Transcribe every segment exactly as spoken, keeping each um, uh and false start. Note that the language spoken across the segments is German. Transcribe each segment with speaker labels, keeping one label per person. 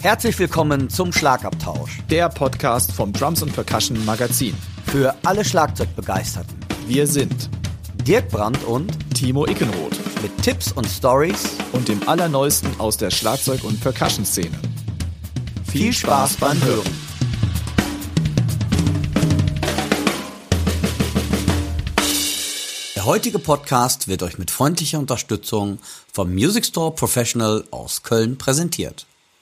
Speaker 1: Herzlich willkommen zum Schlagabtausch,
Speaker 2: der Podcast vom Drums und Percussion Magazin.
Speaker 1: Für alle Schlagzeugbegeisterten.
Speaker 2: Wir sind
Speaker 1: Dirk Brandt und
Speaker 2: Timo Ickenroth
Speaker 1: mit Tipps und Stories
Speaker 2: und dem Allerneuesten aus der Schlagzeug- und Percussion-Szene.
Speaker 1: Viel, Viel Spaß beim Hören. Der heutige Podcast wird euch mit freundlicher Unterstützung vom Music Store Professional aus Köln präsentiert.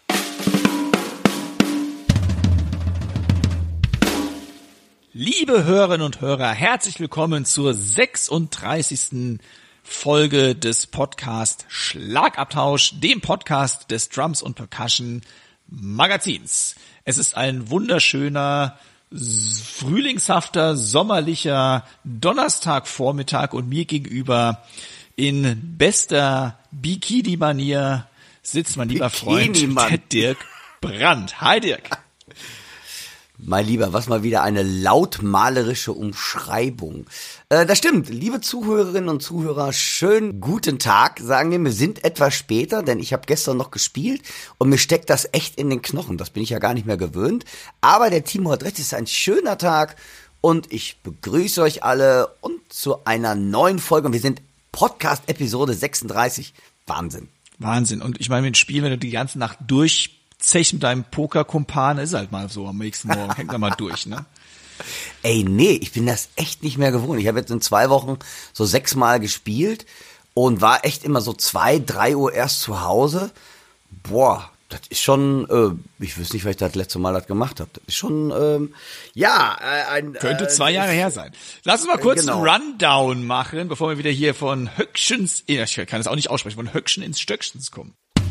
Speaker 2: Liebe Hörerinnen und Hörer, herzlich willkommen zur sechsunddreißigsten Folge des Podcasts Schlagabtausch, dem Podcast des Drums und Percussion Magazins. Es ist ein wunderschöner, frühlingshafter, sommerlicher Donnerstagvormittag und mir gegenüber in bester Bikini-Manier sitzt mein lieber Freund, der Dirk Brandt. Hi Dirk.
Speaker 1: Mein Lieber, was mal wieder eine lautmalerische Umschreibung. Äh, das stimmt, liebe Zuhörerinnen und Zuhörer, schönen guten Tag, sagen wir, wir sind etwas später, denn ich habe gestern noch gespielt und mir steckt das echt in den Knochen, das bin ich ja gar nicht mehr gewöhnt. Aber der Timo hat recht, es ist ein schöner Tag und ich begrüße euch alle und zu einer neuen Folge. Und wir sind Podcast-Episode sechsunddreißig, Wahnsinn.
Speaker 2: Wahnsinn, und ich meine, mit dem Spiel, wenn du die ganze Nacht durch Zech mit deinem Pokerkumpan, ist halt mal so am nächsten Morgen, hängt da mal durch, ne?
Speaker 1: Ey, nee, ich bin das echt nicht mehr gewohnt. Ich habe jetzt in zwei Wochen so sechsmal gespielt und war echt immer so zwei, drei Uhr erst zu Hause. Boah, das ist schon, äh, ich wüsste nicht, weil ich das letzte Mal das gemacht habe. Das ist schon, ähm, ja, äh, ein...
Speaker 2: Könnte zwei Jahre her sein. Lass uns mal kurz genau. einen Rundown machen, bevor wir wieder hier von Höckchens, ich kann es auch nicht aussprechen, von Höckchen ins Stöckchens kommen.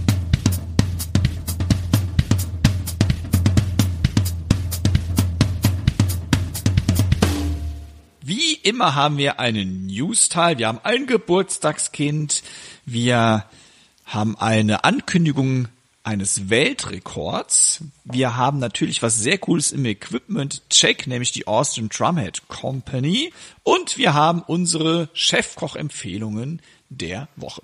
Speaker 2: Wie immer haben wir einen News-Teil, wir haben ein Geburtstagskind, wir haben eine Ankündigung eines Weltrekords, wir haben natürlich was sehr Cooles im Equipment-Check, nämlich die Austin Drumhead Company, und wir haben unsere Chefkoch-Empfehlungen der Woche.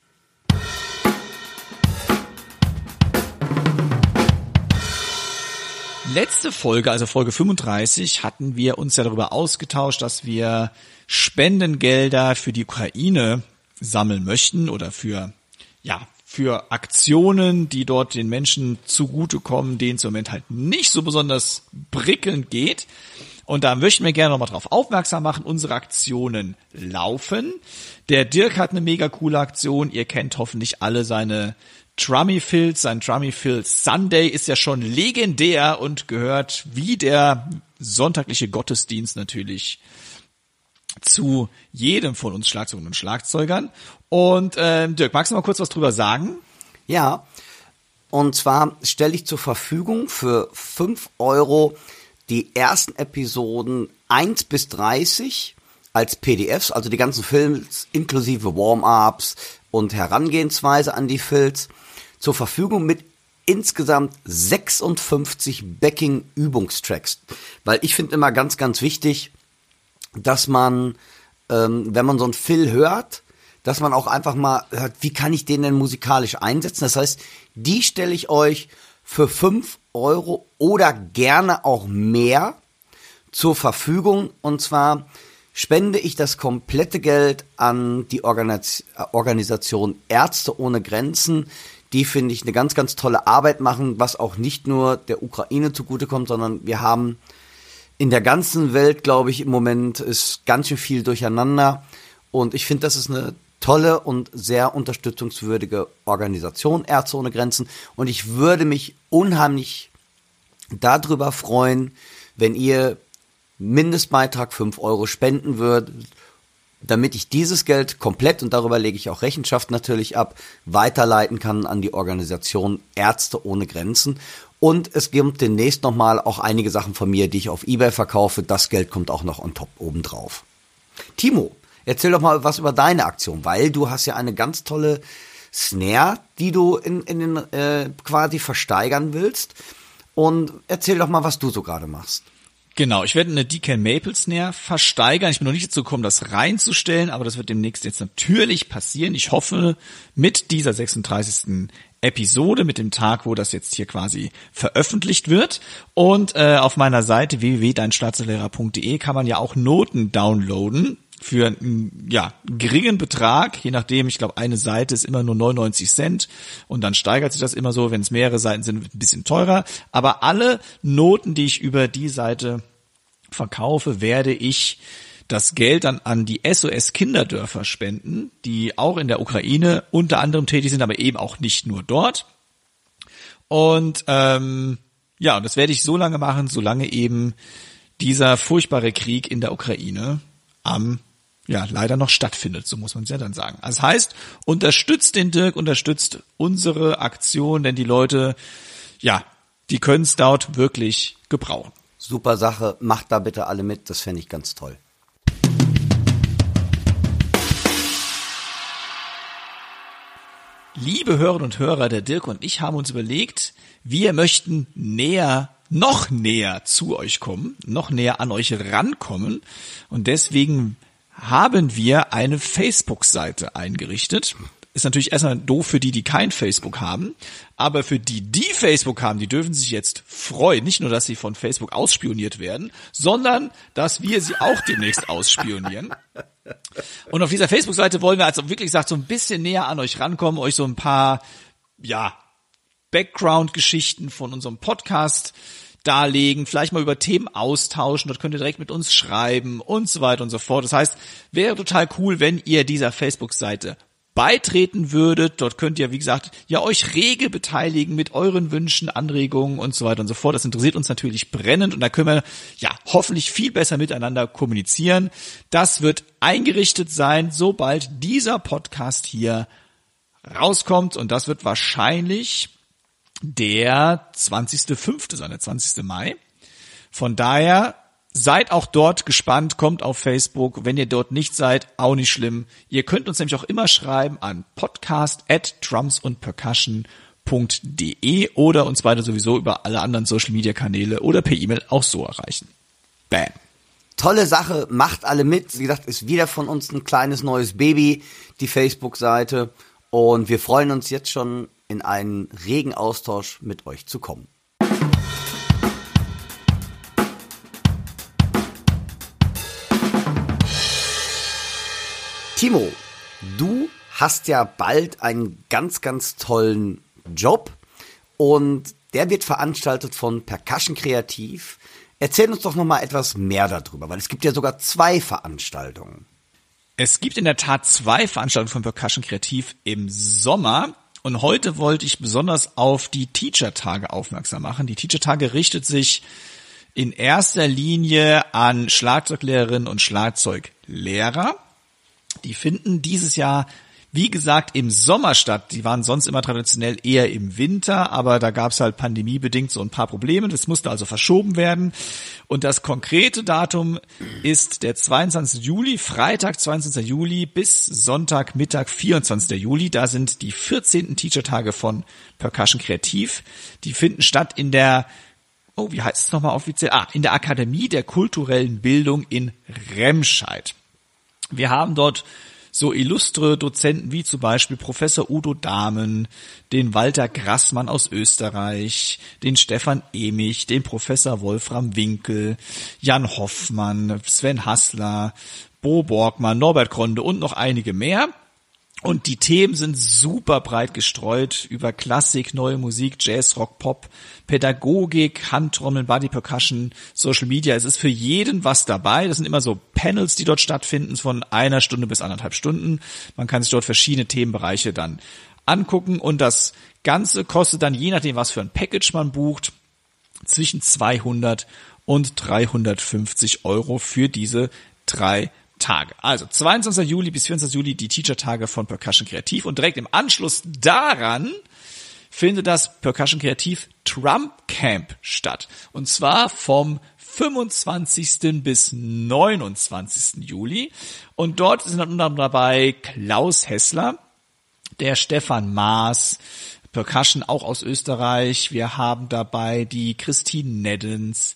Speaker 2: Letzte Folge, also Folge fünfunddreißig, hatten wir uns ja darüber ausgetauscht, dass wir Spendengelder für die Ukraine sammeln möchten oder für, ja, für Aktionen, die dort den Menschen zugutekommen, denen es im Moment halt nicht so besonders prickelnd geht. Und da möchten wir gerne nochmal drauf aufmerksam machen. Unsere Aktionen laufen. Der Dirk hat eine mega coole Aktion. Ihr kennt hoffentlich alle seine Drummy-Filz, sein Drummy-Filz Sunday ist ja schon legendär und gehört wie der sonntagliche Gottesdienst natürlich zu jedem von uns Schlagzeugern und Schlagzeugern. Und ähm, Dirk, magst du mal kurz was drüber sagen?
Speaker 1: Ja, und zwar stelle ich zur Verfügung für fünf Euro die ersten Episoden eins bis dreißig als P D Fs, also die ganzen Films inklusive Warm-Ups und Herangehensweise an die Filz, zur Verfügung mit insgesamt sechsundfünfzig Backing-Übungstracks. Weil ich finde immer ganz, ganz wichtig, dass man, ähm, wenn man so einen Fill hört, dass man auch einfach mal hört, wie kann ich den denn musikalisch einsetzen. Das heißt, die stelle ich euch für fünf Euro oder gerne auch mehr zur Verfügung. Und zwar spende ich das komplette Geld an die Organis- Organisation Ärzte ohne Grenzen, die, finde ich, eine ganz, ganz tolle Arbeit machen, was auch nicht nur der Ukraine zugutekommt, sondern wir haben in der ganzen Welt, glaube ich, im Moment ist ganz schön viel durcheinander. Und ich finde, das ist eine tolle und sehr unterstützungswürdige Organisation, Ärzte ohne Grenzen. Und ich würde mich unheimlich darüber freuen, wenn ihr Mindestbeitrag fünf Euro spenden würdet, damit ich dieses Geld komplett, und darüber lege ich auch Rechenschaft natürlich ab, weiterleiten kann an die Organisation Ärzte ohne Grenzen. Und es gibt demnächst nochmal auch einige Sachen von mir, die ich auf eBay verkaufe. Das Geld kommt auch noch on top obendrauf. Timo, erzähl doch mal was über deine Aktion, weil du hast ja eine ganz tolle Snare, die du in, in den äh, quasi versteigern willst. Und erzähl doch mal, was du so gerade machst.
Speaker 2: Genau, ich werde eine Decan Maple Snare versteigern. Ich bin noch nicht dazu gekommen, das reinzustellen, aber das wird demnächst jetzt natürlich passieren. Ich hoffe, mit dieser sechsunddreißigsten Episode, mit dem Tag, wo das jetzt hier quasi veröffentlicht wird. Und äh, auf meiner Seite w w w punkt dein schlagzeuglehrer punkt de kann man ja auch Noten downloaden für einen ja, geringen Betrag, je nachdem, ich glaube, eine Seite ist immer nur neunundneunzig Cent und dann steigert sich das immer so, wenn es mehrere Seiten sind, wird ein bisschen teurer. Aber alle Noten, die ich über die Seite verkaufe, werde ich das Geld dann an die S O S Kinderdörfer spenden, die auch in der Ukraine unter anderem tätig sind, aber eben auch nicht nur dort. Und ähm, ja, und das werde ich so lange machen, solange eben dieser furchtbare Krieg in der Ukraine am ja leider noch stattfindet, so muss man es ja dann sagen. Also das heißt, unterstützt den Dirk, unterstützt unsere Aktion, denn die Leute, ja, die können es dort wirklich gebrauchen.
Speaker 1: Super Sache, macht da bitte alle mit, das fände ich ganz toll.
Speaker 2: Liebe Hörerinnen und Hörer, der Dirk und ich haben uns überlegt, wir möchten näher noch näher zu euch kommen, noch näher an euch rankommen und deswegen haben wir eine Facebook-Seite eingerichtet. Ist natürlich erstmal doof für die, die kein Facebook haben, aber für die, die Facebook haben, die dürfen sich jetzt freuen, nicht nur, dass sie von Facebook ausspioniert werden, sondern dass wir sie auch demnächst ausspionieren. Und auf dieser Facebook-Seite wollen wir also wirklich gesagt so ein bisschen näher an euch rankommen, euch so ein paar, ja, Background-Geschichten von unserem Podcast darlegen, vielleicht mal über Themen austauschen, dort könnt ihr direkt mit uns schreiben und so weiter und so fort. Das heißt, wäre total cool, wenn ihr dieser Facebook-Seite beitreten würdet. Dort könnt ihr, wie gesagt, ja euch rege beteiligen mit euren Wünschen, Anregungen und so weiter und so fort. Das interessiert uns natürlich brennend und da können wir ja hoffentlich viel besser miteinander kommunizieren. Das wird eingerichtet sein, sobald dieser Podcast hier rauskommt und das wird wahrscheinlich der zwanzigster fünfte sein, der zwanzigster Mai. Von daher seid auch dort gespannt, kommt auf Facebook. Wenn ihr dort nicht seid, auch nicht schlimm. Ihr könnt uns nämlich auch immer schreiben an podcast at drums und percussion punkt de oder uns weiter sowieso über alle anderen Social Media Kanäle oder per E-Mail auch so erreichen. Bam.
Speaker 1: Tolle Sache, macht alle mit. Wie gesagt, ist wieder von uns ein kleines neues Baby, die Facebook-Seite. Und wir freuen uns jetzt schon, in einen regen Austausch mit euch zu kommen. Timo, du hast ja bald einen ganz, ganz tollen Job und der wird veranstaltet von Percussion Kreativ. Erzähl uns doch noch mal etwas mehr darüber, weil es gibt ja sogar zwei Veranstaltungen.
Speaker 2: Es gibt in der Tat zwei Veranstaltungen von Percussion Kreativ im Sommer. Und heute wollte ich besonders auf die Teacher-Tage aufmerksam machen. Die Teacher-Tage richtet sich in erster Linie an Schlagzeuglehrerinnen und Schlagzeuglehrer. Die finden dieses Jahr, wie gesagt, im Sommer statt. Die waren sonst immer traditionell eher im Winter, aber da gab es halt pandemiebedingt so ein paar Probleme. Das musste also verschoben werden. Und das konkrete Datum ist der zweiundzwanzigster Juli, Freitag, zweiundzwanzigster Juli bis Sonntagmittag, vierundzwanzigster Juli. Da sind die vierzehnten Teacher-Tage von Percussion Kreativ. Die finden statt in der, oh, wie heißt es nochmal offiziell? Ah, in der Akademie der kulturellen Bildung in Remscheid. Wir haben dort so illustre Dozenten wie zum Beispiel Professor Udo Dahmen, den Walter Grassmann aus Österreich, den Stefan Emich, den Professor Wolfram Winkel, Jan Hoffmann, Sven Hassler, Bo Borgmann, Norbert Gronde und noch einige mehr. Und die Themen sind super breit gestreut über Klassik, neue Musik, Jazz, Rock, Pop, Pädagogik, Handtrommeln, Body Percussion, Social Media. Es ist für jeden was dabei. Das sind immer so Panels, die dort stattfinden, von einer Stunde bis anderthalb Stunden. Man kann sich dort verschiedene Themenbereiche dann angucken. Und das Ganze kostet dann, je nachdem, was für ein Package man bucht, zwischen zweihundert und dreihundertfünfzig Euro für diese drei Tage. Also zweiundzwanzigster Juli bis vierundzwanzigster Juli die Teacher-Tage von Percussion Kreativ und direkt im Anschluss daran findet das Percussion Kreativ Drum Camp statt. Und zwar vom fünfundzwanzigsten bis neunundzwanzigsten Juli. Und dort sind dann unter anderem dabei Klaus Hessler, der Stefan Maas, Percussion auch aus Österreich. Wir haben dabei die Christine Neddens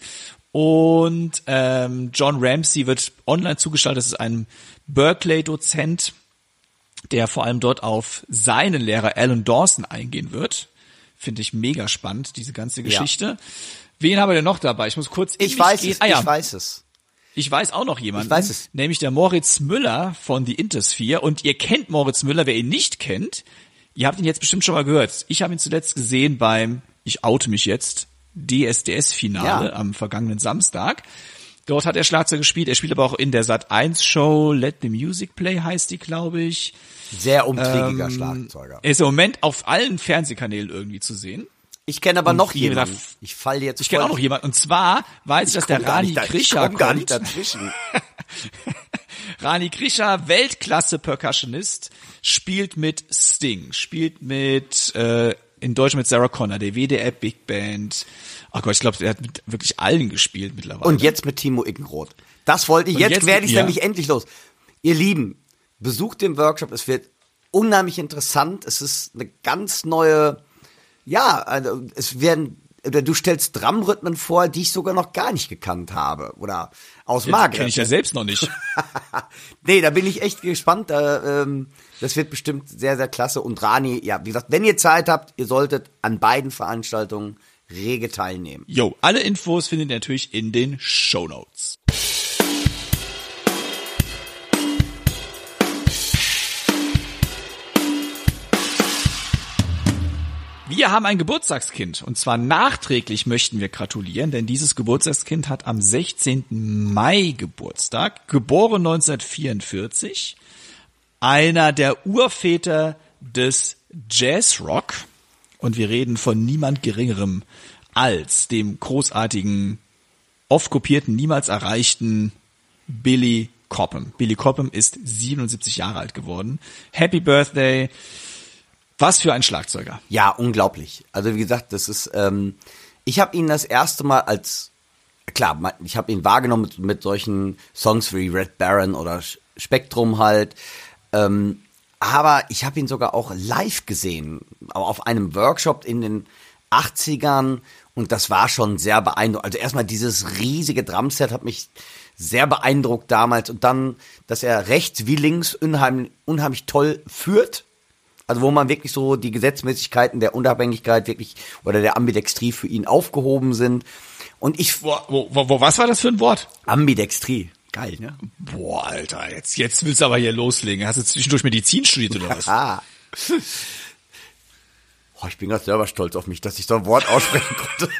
Speaker 2: Und ähm, John Ramsey wird online zugeschaltet. Das ist ein Berkeley-Dozent, der vor allem dort auf seinen Lehrer Alan Dawson eingehen wird. Finde ich mega spannend, diese ganze Geschichte. Ja. Wen haben wir denn noch dabei? Ich muss kurz in
Speaker 1: Ich
Speaker 2: mich
Speaker 1: weiß
Speaker 2: gehen.
Speaker 1: es,
Speaker 2: Ah, ja.
Speaker 1: ich weiß es.
Speaker 2: Ich weiß auch noch jemanden,
Speaker 1: Ich weiß es.
Speaker 2: nämlich der Moritz Müller von The Intersphere. Und ihr kennt Moritz Müller, wer ihn nicht kennt, ihr habt ihn jetzt bestimmt schon mal gehört. Ich habe ihn zuletzt gesehen beim, ich oute mich jetzt, D S D S-Finale
Speaker 1: Ja.
Speaker 2: am vergangenen Samstag. Dort hat er Schlagzeug gespielt. Er spielt aber auch in der Sat eins Show Let the Music Play, heißt die, glaube ich.
Speaker 1: Sehr umtriebiger
Speaker 2: Ähm,
Speaker 1: Schlagzeuger.
Speaker 2: Er ist im Moment auf allen Fernsehkanälen irgendwie zu sehen.
Speaker 1: Ich kenne aber
Speaker 2: und
Speaker 1: noch
Speaker 2: die-
Speaker 1: jemanden.
Speaker 2: da-
Speaker 1: Ich falle jetzt
Speaker 2: Ich kenne auch
Speaker 1: voll-
Speaker 2: noch jemanden. Und zwar weiß ich, dass der
Speaker 1: komm gar
Speaker 2: Rani
Speaker 1: nicht da- ich
Speaker 2: Krischer
Speaker 1: komm gar
Speaker 2: kommt.
Speaker 1: nicht dazwischen.
Speaker 2: Rani Krischer, Weltklasse-Percussionist, spielt mit Sting, spielt mit, äh, in Deutschland mit Sarah Connor, der W D R Big Band. Oh Gott, ich glaube, er hat mit wirklich allen gespielt mittlerweile.
Speaker 1: Und jetzt mit Timo Ickenroth. Das wollte ich,
Speaker 2: Und
Speaker 1: jetzt,
Speaker 2: jetzt
Speaker 1: werde
Speaker 2: mit
Speaker 1: ich
Speaker 2: mir.
Speaker 1: nämlich endlich los. Ihr Lieben, besucht den Workshop, es wird unheimlich interessant, es ist eine ganz neue, ja, also es werden, oder du stellst Drumrhythmen vor, die ich sogar noch gar nicht gekannt habe, oder aus Mark.
Speaker 2: kenne ich ja selbst noch nicht.
Speaker 1: Nee, da bin ich echt gespannt, da, ähm, das wird bestimmt sehr, sehr klasse. Und Rani, ja, wie gesagt, wenn ihr Zeit habt, ihr solltet an beiden Veranstaltungen rege teilnehmen.
Speaker 2: Jo, alle Infos findet ihr natürlich in den Shownotes. Wir haben ein Geburtstagskind und zwar nachträglich möchten wir gratulieren, denn dieses Geburtstagskind hat am sechzehnten Mai Geburtstag, geboren neunzehnhundertvierundvierzig, einer der Urväter des Jazzrock und wir reden von niemand Geringerem als dem großartigen, oft kopierten, niemals erreichten Billy Cobham. Billy Cobham ist siebenundsiebzig Jahre alt geworden. Happy Birthday! Was für ein Schlagzeuger.
Speaker 1: Ja, unglaublich. Also wie gesagt, das ist, ähm, ich habe ihn das erste Mal als, klar, ich habe ihn wahrgenommen mit, mit solchen Songs wie Red Baron oder Spektrum halt, ähm, aber ich habe ihn sogar auch live gesehen, aber auf einem Workshop in den achtzigern und das war schon sehr beeindruckend. Also erstmal dieses riesige Drumset hat mich sehr beeindruckt damals und dann, dass er rechts wie links unheimlich, unheimlich toll führt. Also wo man wirklich so die Gesetzmäßigkeiten der Unabhängigkeit wirklich oder der Ambidextrie für ihn aufgehoben sind. Und ich...
Speaker 2: Wo, wo, wo, was war das für ein Wort?
Speaker 1: Ambidextrie. Geil, ne?
Speaker 2: Boah, Alter, jetzt, jetzt willst du aber hier loslegen. Hast du zwischendurch Medizin studiert oder was?
Speaker 1: Ah. Oh, ich bin gerade selber stolz auf mich, dass ich so ein Wort aussprechen konnte.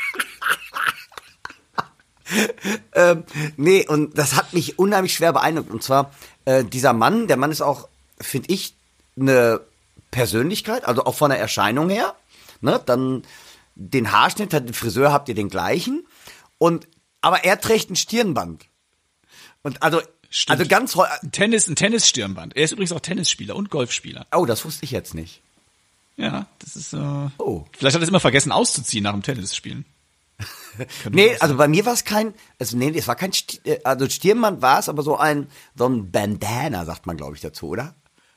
Speaker 1: ähm, nee, und das hat mich unheimlich schwer beeindruckt. Und zwar äh, dieser Mann, der Mann ist auch, finde ich, eine Persönlichkeit, also auch von der Erscheinung her. Ne? Dann den Haarschnitt, den Friseur habt ihr den gleichen. Und aber er trägt ein Stirnband. Und also,
Speaker 2: Stimmt.
Speaker 1: also ganz heu-
Speaker 2: Ein Tennis, ein Tennisstirnband. Er ist übrigens auch Tennisspieler und Golfspieler.
Speaker 1: Oh, das wusste ich jetzt nicht.
Speaker 2: Ja, das ist, äh,
Speaker 1: Oh.
Speaker 2: vielleicht hat er es immer vergessen auszuziehen nach dem Tennisspielen.
Speaker 1: Nee, also bei mir war es kein, also nee, es war kein, Sti- äh, also Stirnband war es, aber so ein, so ein Bandana, sagt man, glaube ich, dazu, oder?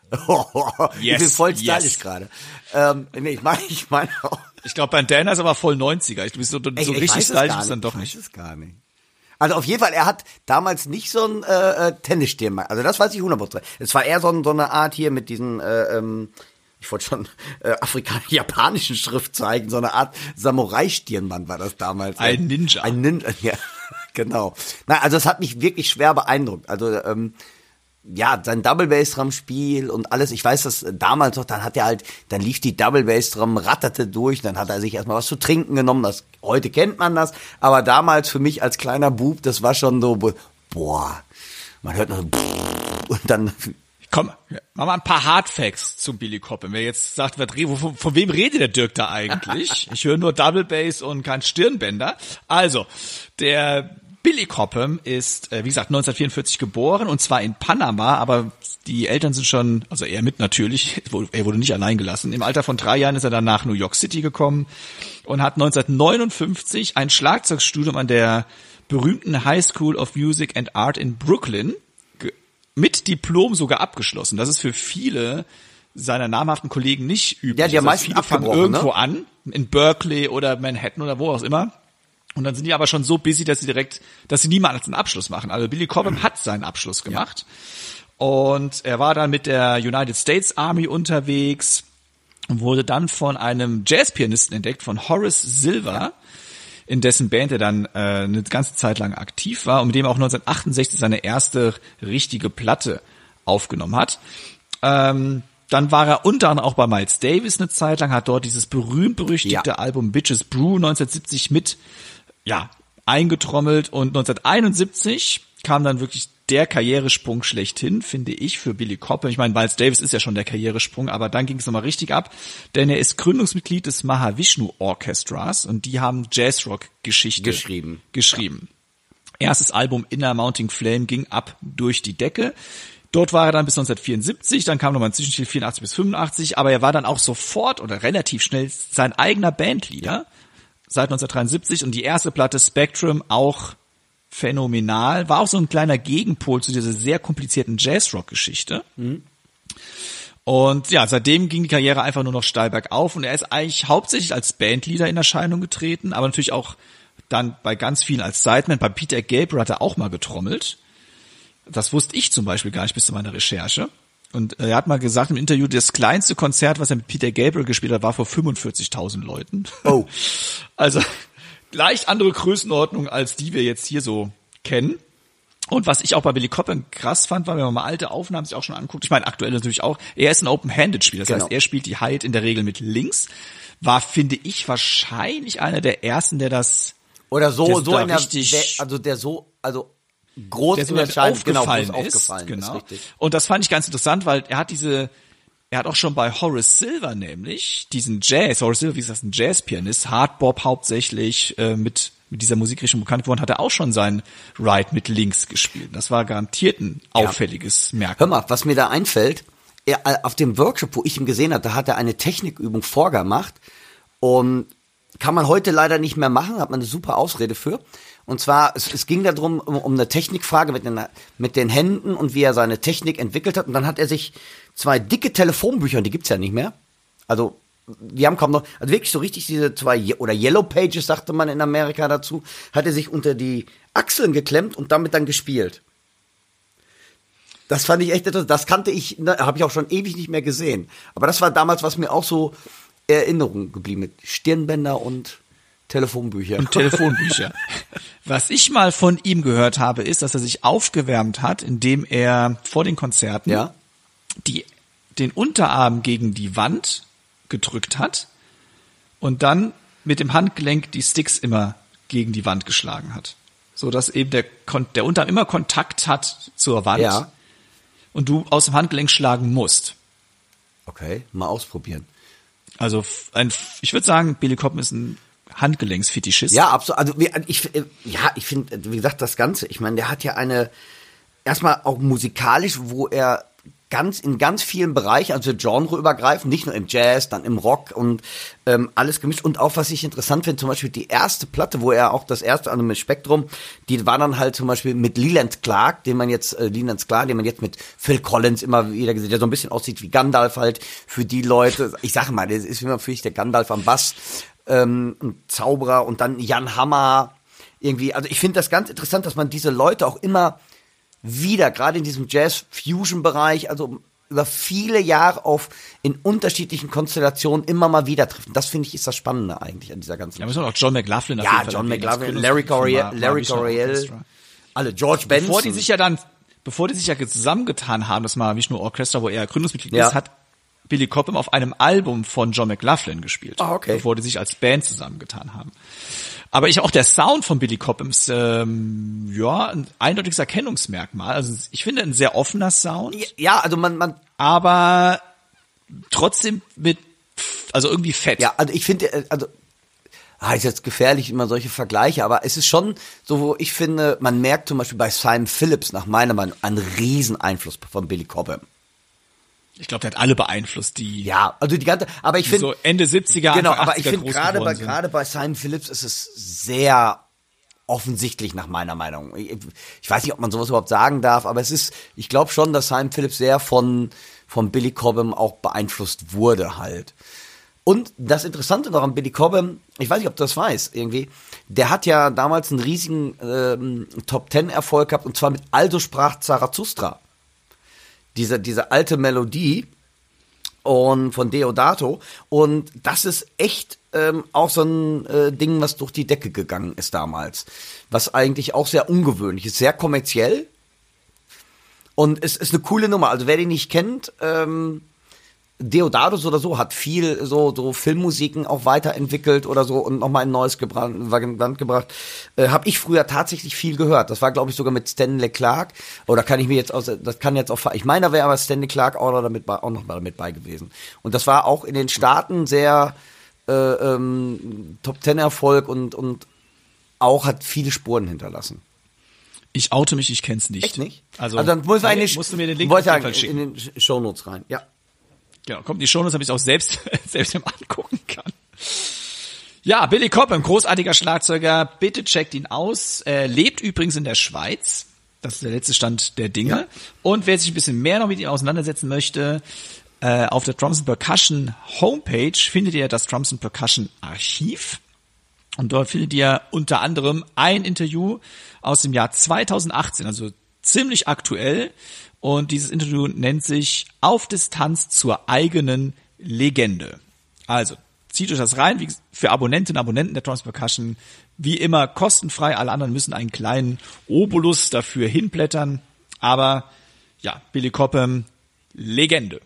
Speaker 1: ich
Speaker 2: Yes,
Speaker 1: bin voll stylisch
Speaker 2: yes.
Speaker 1: gerade. Ähm, nee, ich meine, ich meine auch.
Speaker 2: Ich glaube, Bandana ist aber voll neunziger. Du bist so, so
Speaker 1: Ich- ich
Speaker 2: richtig
Speaker 1: weiß es
Speaker 2: stylisch
Speaker 1: gar
Speaker 2: bist dann doch
Speaker 1: ich
Speaker 2: nicht.
Speaker 1: weiß es gar nicht. Also auf jeden Fall, er hat damals nicht so ein äh, äh, Tennisstirnband. Also das weiß ich hundert Prozent. Es war eher so, ein, so eine Art hier mit diesen, äh, ähm, ich wollte schon äh, afrikanisch-japanischen Schriftzeichen, so eine Art Samurai-Stirnband war das damals.
Speaker 2: Ein Ninja.
Speaker 1: Ein Ninja, ja, genau. Na, also es hat mich wirklich schwer beeindruckt. Also ähm, ja, sein Double Bass Drum Spiel und alles. Ich weiß das damals noch, dann hat er halt, dann lief die Double Bass Drum, ratterte durch, dann hat er sich erstmal was zu trinken genommen. Das heute kennt man das, aber damals für mich als kleiner Bub, das war schon so, boah, man hört noch so, und dann
Speaker 2: Komm, machen wir mal ein paar Hardfacts zum Billy Cobham. Wer jetzt sagt, wer, von, von wem redet der Dirk da eigentlich? Ich höre nur Double Bass und kein Stirnbänder. Also, der Billy Cobham ist, äh, wie gesagt, neunzehnhundertvierundvierzig geboren und zwar in Panama, aber die Eltern sind schon, also er mit natürlich, er wurde nicht allein gelassen. Im Alter von drei Jahren ist er dann nach New York City gekommen und hat neunzehnhundertneunundfünfzig ein Schlagzeugstudium an der berühmten High School of Music and Art in Brooklyn mit Diplom sogar abgeschlossen. Das ist für viele seiner namhaften Kollegen nicht üblich.
Speaker 1: Ja, die haben
Speaker 2: Also
Speaker 1: meistens
Speaker 2: viele fangen
Speaker 1: abgebrochen,
Speaker 2: irgendwo
Speaker 1: ne?
Speaker 2: an, in Berkeley oder Manhattan oder wo auch immer, Und dann sind die aber schon so busy, dass sie direkt, dass sie niemals einen Abschluss machen. Also Billy Cobham hat seinen Abschluss gemacht. Ja. Und er war dann mit der United States Army unterwegs und wurde dann von einem Jazzpianisten entdeckt, von Horace Silver, ja. in dessen Band er dann äh, eine ganze Zeit lang aktiv war und mit dem er auch neunzehnhundertachtundsechzig seine erste richtige Platte aufgenommen hat. Ähm, dann war er unter anderem auch bei Miles Davis eine Zeit lang, hat dort dieses berühmt-berüchtigte ja. Album Bitches Brew neunzehnhundertsiebzig mit ja eingetrommelt und neunzehnhunderteinundsiebzig kam dann wirklich der Karrieresprung schlechthin, finde ich, für Billy Cobham. Ich meine, Miles Davis ist ja schon der Karrieresprung, aber dann ging es nochmal richtig ab, denn er ist Gründungsmitglied des Mahavishnu Orchestras und die haben Jazzrock-Geschichte
Speaker 1: geschrieben.
Speaker 2: geschrieben. Ja. Erstes Album Inner Mounting Flame ging ab durch die Decke. Dort war er dann bis neunzehnhundertvierundsiebzig, dann kam nochmal ein Zwischenstil vierundachtzig bis fünfundachtzig, aber er war dann auch sofort oder relativ schnell sein eigener Bandleader seit neunzehnhundertdreiundsiebzig und die erste Platte Spectrum auch phänomenal, war auch so ein kleiner Gegenpol zu dieser sehr komplizierten Jazzrock-Geschichte. Mhm. Und ja, seitdem ging die Karriere einfach nur noch steil bergauf und er ist eigentlich hauptsächlich als Bandleader in Erscheinung getreten, aber natürlich auch dann bei ganz vielen als Sideman. Bei Peter Gabriel hat er auch mal getrommelt. Das wusste ich zum Beispiel gar nicht bis zu meiner Recherche. Und er hat mal gesagt im Interview, das kleinste Konzert, was er mit Peter Gabriel gespielt hat, war vor fünfundvierzigtausend Leuten.
Speaker 1: Oh.
Speaker 2: Also leicht andere Größenordnung, als die wir jetzt hier so kennen. Und was ich auch bei Billy Cobham krass fand, war, wenn man mal alte Aufnahmen sich auch schon anguckt, ich meine aktuell natürlich auch, er ist ein Open-Handed-Spieler, das genau. heißt, er spielt die Hi-Hat in der Regel mit links, war, finde ich, wahrscheinlich einer der ersten, der das
Speaker 1: oder so,
Speaker 2: der
Speaker 1: so in der,
Speaker 2: richtig,
Speaker 1: der, also der so, also groß
Speaker 2: der so
Speaker 1: in Erscheinung,
Speaker 2: aufgefallen,
Speaker 1: genau,
Speaker 2: ist,
Speaker 1: aufgefallen
Speaker 2: genau.
Speaker 1: ist, richtig.
Speaker 2: Und das fand ich ganz interessant, weil er hat diese, er hat auch schon bei Horace Silver nämlich diesen Jazz, Horace Silver, wie ist das, ein Jazzpianist, Hardbop hauptsächlich, äh, mit mit dieser Musikrichtung bekannt geworden, hat er auch schon seinen Ride mit links gespielt. Das war garantiert ein auffälliges ja. Merkmal.
Speaker 1: Hör mal, was mir da einfällt, er, auf dem Workshop, wo ich ihn gesehen habe, da hat er eine Technikübung vorgemacht und kann man heute leider nicht mehr machen, hat man eine super Ausrede für. Und zwar, es, es ging darum, um, um eine Technikfrage mit den, mit den Händen und wie er seine Technik entwickelt hat. Und dann hat er sich zwei dicke Telefonbücher, und die gibt's ja nicht mehr, also die haben kaum noch, also wirklich so richtig diese zwei, oder Yellow Pages, sagte man in Amerika dazu, hat er sich unter die Achseln geklemmt und damit dann gespielt. Das fand ich echt interessant, das kannte ich, ne, habe ich auch schon ewig nicht mehr gesehen. Aber das war damals, was mir auch so Erinnerung geblieben mit Stirnbänder und Telefonbücher.
Speaker 2: Und Telefonbücher. Was ich mal von ihm gehört habe, ist, dass er sich aufgewärmt hat, indem er vor den Konzerten
Speaker 1: ja?
Speaker 2: die, den Unterarm gegen die Wand gedrückt hat und dann mit dem Handgelenk die Sticks immer gegen die Wand geschlagen hat. So dass eben der, der Unterarm immer Kontakt hat zur Wand
Speaker 1: ja.
Speaker 2: und du aus dem Handgelenk schlagen musst.
Speaker 1: Okay, mal ausprobieren.
Speaker 2: Also ein, ich würde sagen, Billy Cobham ist ein Handgelenksfetischist.
Speaker 1: Ja, absolut. Also ich, ja, ich finde, wie gesagt, das Ganze. Ich meine, der hat ja eine, erstmal auch musikalisch, wo er ganz in ganz vielen Bereichen, also genreübergreifend, nicht nur im Jazz, dann im Rock und ähm, alles gemischt. Und auch, was ich interessant finde, zum Beispiel die erste Platte, wo er auch das erste, also mit Spektrum, die war dann halt zum Beispiel mit Leland Clark, den man jetzt, äh, Leland Clark, den man jetzt mit Phil Collins immer wieder gesehen, der so ein bisschen aussieht wie Gandalf halt für die Leute. Ich sage mal, der ist immer für mich der Gandalf am Bass, ähm, ein Zauberer und dann Jan Hammer irgendwie. Also ich finde das ganz interessant, dass man diese Leute auch immer wieder, gerade in diesem Jazz-Fusion-Bereich, also über viele Jahre auf in unterschiedlichen Konstellationen immer mal wieder trifft. Und das finde ich ist das Spannende eigentlich an dieser ganzen.
Speaker 2: Ja, müssen wir auch John McLaughlin.
Speaker 1: Ja, John McLaughlin, Larry Coryell, Larry Coryell, alle George Benson.
Speaker 2: Bevor die sich ja dann, bevor die sich ja zusammengetan haben, das Mahavishnu Orchestra, wo er Gründungsmitglied
Speaker 1: ja.
Speaker 2: ist, hat Billy Cobham auf einem Album von John McLaughlin gespielt.
Speaker 1: Ah, okay.
Speaker 2: Bevor die sich als Band zusammengetan haben. Aber ich auch der Sound von Billy Cobham ist ähm, ja ein eindeutiges Erkennungsmerkmal. Also ich finde ein sehr offener Sound.
Speaker 1: Ja, also man man
Speaker 2: aber trotzdem mit also irgendwie fett.
Speaker 1: Ja, also ich finde also ah, ist jetzt gefährlich immer solche Vergleiche, aber es ist schon so, wo ich finde, man merkt zum Beispiel bei Simon Phillips nach meiner Meinung einen riesen Einfluss von Billy Cobham.
Speaker 2: Ich glaube, der hat alle beeinflusst, die
Speaker 1: ja, also die ganze, aber ich finde
Speaker 2: so Ende siebziger,
Speaker 1: genau,
Speaker 2: Anfang
Speaker 1: aber ich finde gerade bei
Speaker 2: sind.
Speaker 1: gerade bei Simon Phillips ist es sehr offensichtlich nach meiner Meinung. Ich, ich weiß nicht, ob man sowas überhaupt sagen darf, aber es ist, ich glaube schon, dass Simon Phillips sehr von von Billy Cobham auch beeinflusst wurde halt. Und das Interessante noch an Billy Cobham, ich weiß nicht, ob du das weißt, irgendwie, der hat ja damals einen riesigen ähm, Top-Ten-Erfolg gehabt, und zwar mit Also sprach Zarathustra. Diese, diese alte Melodie und von Deodato. Und das ist echt ähm, auch so ein äh, Ding, was durch die Decke gegangen ist damals. Was eigentlich auch sehr ungewöhnlich ist, sehr kommerziell. Und es ist eine coole Nummer. Also wer den nicht kennt, ähm, Deodato so oder so hat viel so so Filmmusiken auch weiterentwickelt oder so und nochmal ein neues gebrannt, Land gebracht. Äh, habe ich früher tatsächlich viel gehört. Das war, glaube ich, sogar mit Stanley Clarke. Oder kann ich mir jetzt aus, das kann jetzt auch, ich meine, da wäre aber Stanley Clarke auch noch damit bei, auch noch mal mit bei gewesen. Und das war auch in den Staaten sehr äh, ähm, Top-Ten-Erfolg und und auch hat viele Spuren hinterlassen.
Speaker 2: Ich oute mich, ich kenn's nicht.
Speaker 1: Echt nicht?
Speaker 2: Also,
Speaker 1: also dann muss
Speaker 2: nee,
Speaker 1: ich
Speaker 2: musst du mir den Link
Speaker 1: auf jeden
Speaker 2: Fall schicken.
Speaker 1: In den Shownotes rein, ja.
Speaker 2: Genau, kommt in die Shownotes, damit ich auch selbst, selbst im angucken kann. Ja, Billy Cobham, großartiger Schlagzeuger, bitte checkt ihn aus. Er lebt übrigens in der Schweiz. Das ist der letzte Stand der Dinge. Ja. Und wer sich ein bisschen mehr noch mit ihm auseinandersetzen möchte, äh, auf der Drums and Percussion Homepage findet ihr das Drums and Percussion Archiv. Und dort findet ihr unter anderem ein Interview aus dem Jahr zweitausendachtzehn, also ziemlich aktuell. Und dieses Interview nennt sich Auf Distanz zur eigenen Legende. Also, zieht euch das rein, wie für Abonnentinnen und Abonnenten der Drums and Percussion. Wie immer kostenfrei, alle anderen müssen einen kleinen Obolus dafür hinblättern. Aber ja, Billy Cobham, Legende.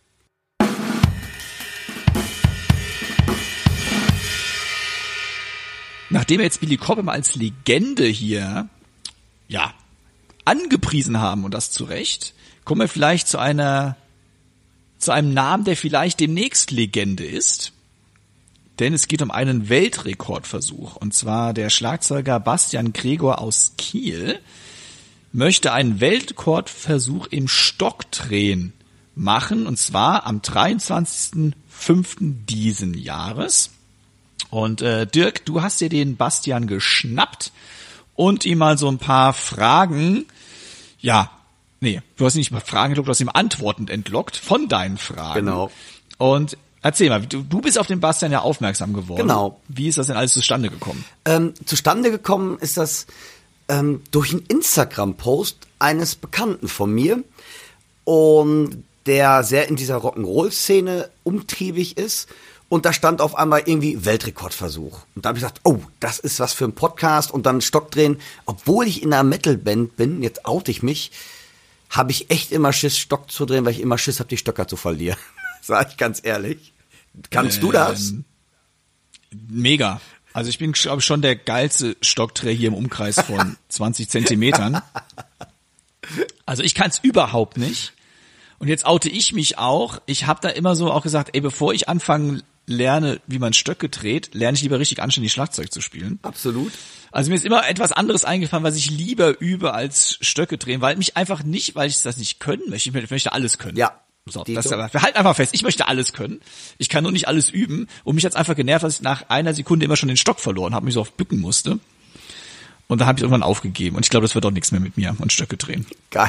Speaker 2: Nachdem wir jetzt Billy Cobham als Legende hier, ja, angepriesen haben, und das zu Recht, kommen wir vielleicht zu einer, zu einem Namen, der vielleicht demnächst Legende ist. Denn es geht um einen Weltrekordversuch. Und zwar der Schlagzeuger Bastian Gregor aus Kiel möchte einen Weltrekordversuch im Stockdrehen machen. Und zwar am dreiundzwanzigsten fünften diesen Jahres. Und äh, Dirk, du hast dir den Bastian geschnappt und ihm mal so ein paar Fragen, ja, nee, du hast nicht mal Fragen entlockt, du hast ihm Antworten entlockt von deinen Fragen.
Speaker 1: Genau.
Speaker 2: Und erzähl mal, du, du bist auf den Bastian ja aufmerksam geworden.
Speaker 1: Genau.
Speaker 2: Wie ist das denn alles zustande gekommen?
Speaker 1: Ähm, zustande gekommen ist das ähm, durch einen Instagram-Post eines Bekannten von mir, und der sehr in dieser Rock'n'Roll-Szene umtriebig ist. Und da stand auf einmal irgendwie Weltrekordversuch. Und da habe ich gesagt, oh, das ist was für ein Podcast. Und dann Stockdrehen. Obwohl ich in einer Metalband bin, jetzt oute ich mich, habe ich echt immer Schiss, Stock zu drehen, weil ich immer Schiss habe, die Stöcker zu verlieren. Sag ich ganz ehrlich. Kannst ähm, du das?
Speaker 2: Mega. Also ich bin, glaube ich, schon der geilste Stockdreher hier im Umkreis von zwanzig Zentimetern. Also ich kann es überhaupt nicht. Und jetzt oute ich mich auch. Ich habe da immer so auch gesagt, ey, bevor ich anfange lerne, wie man Stöcke dreht, lerne ich lieber richtig anständig Schlagzeug zu spielen.
Speaker 1: Absolut.
Speaker 2: Also mir ist immer etwas anderes eingefallen, was ich lieber übe als Stöcke drehen, weil mich einfach nicht, weil ich das nicht können möchte. Ich möchte alles können.
Speaker 1: Ja.
Speaker 2: So, das ist aber, wir halten einfach fest, ich möchte alles können. Ich kann nur nicht alles üben. Und mich hat's einfach genervt, dass ich nach einer Sekunde immer schon den Stock verloren habe, mich so oft bücken musste. Und da habe ich irgendwann aufgegeben. Und ich glaube, das wird auch nichts mehr mit mir und Stöcke drehen.
Speaker 1: Geil.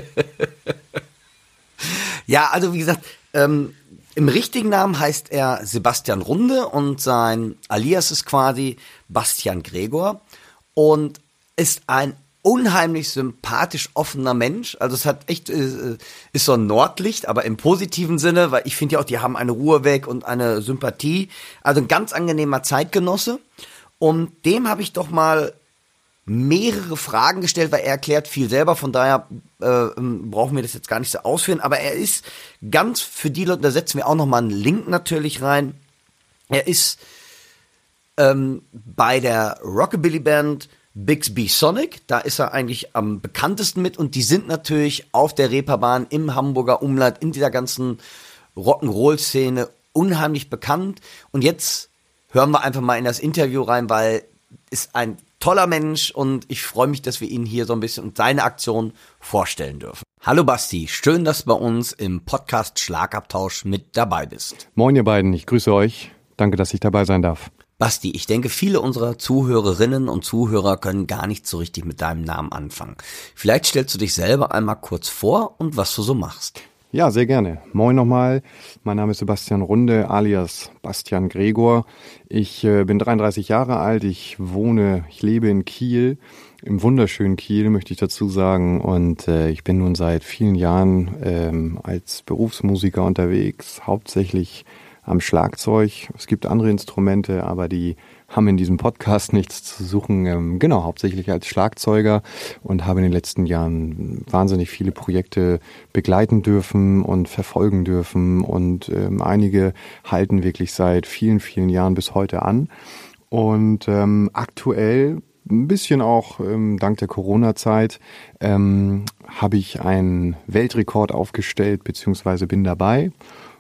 Speaker 1: Ja, also wie gesagt, ähm, im richtigen Namen heißt er Sebastian Runde und sein Alias ist quasi Bastian Gregor und ist ein unheimlich sympathisch offener Mensch. Also es hat echt, äh, ist so ein Nordlicht, aber im positiven Sinne, weil ich finde ja auch, die haben eine Ruhe weg und eine Sympathie. Also ein ganz angenehmer Zeitgenosse. Und dem habe ich doch mal mehrere Fragen gestellt, weil er erklärt viel selber, von daher äh, brauchen wir das jetzt gar nicht so ausführen, aber er ist ganz, für die Leute, da setzen wir auch nochmal einen Link natürlich rein, er ist ähm, bei der Rockabilly-Band Bixby Sonic, da ist er eigentlich am bekanntesten mit und die sind natürlich auf der Reeperbahn im Hamburger Umland, in dieser ganzen Rock'n'Roll-Szene unheimlich bekannt und jetzt hören wir einfach mal in das Interview rein, weil ist ein toller Mensch und ich freue mich, dass wir ihn hier so ein bisschen und seine Aktion vorstellen dürfen. Hallo Basti, schön, dass du bei uns im Podcast Schlagabtausch mit dabei bist.
Speaker 3: Moin ihr beiden, ich grüße euch. Danke, dass ich dabei sein darf.
Speaker 1: Basti, ich denke, viele unserer Zuhörerinnen und Zuhörer können gar nicht so richtig mit deinem Namen anfangen. Vielleicht stellst du dich selber einmal kurz vor und was du so machst.
Speaker 3: Ja, sehr gerne. Moin nochmal. Mein Name ist Sebastian Runde alias Bastian Gregor. Ich äh, bin dreiunddreißig Jahre alt. Ich wohne, ich lebe in Kiel, im wunderschönen Kiel, möchte ich dazu sagen. Und äh, ich bin nun seit vielen Jahren ähm, als Berufsmusiker unterwegs, hauptsächlich am Schlagzeug. Es gibt andere Instrumente, aber die haben in diesem Podcast nichts zu suchen. Ähm, genau, hauptsächlich als Schlagzeuger und habe in den letzten Jahren wahnsinnig viele Projekte begleiten dürfen und verfolgen dürfen. Und ähm, einige halten wirklich seit vielen, vielen Jahren bis heute an. Und ähm, aktuell, ein bisschen auch ähm, dank der Corona-Zeit, ähm, habe ich einen Weltrekord aufgestellt, beziehungsweise bin dabei.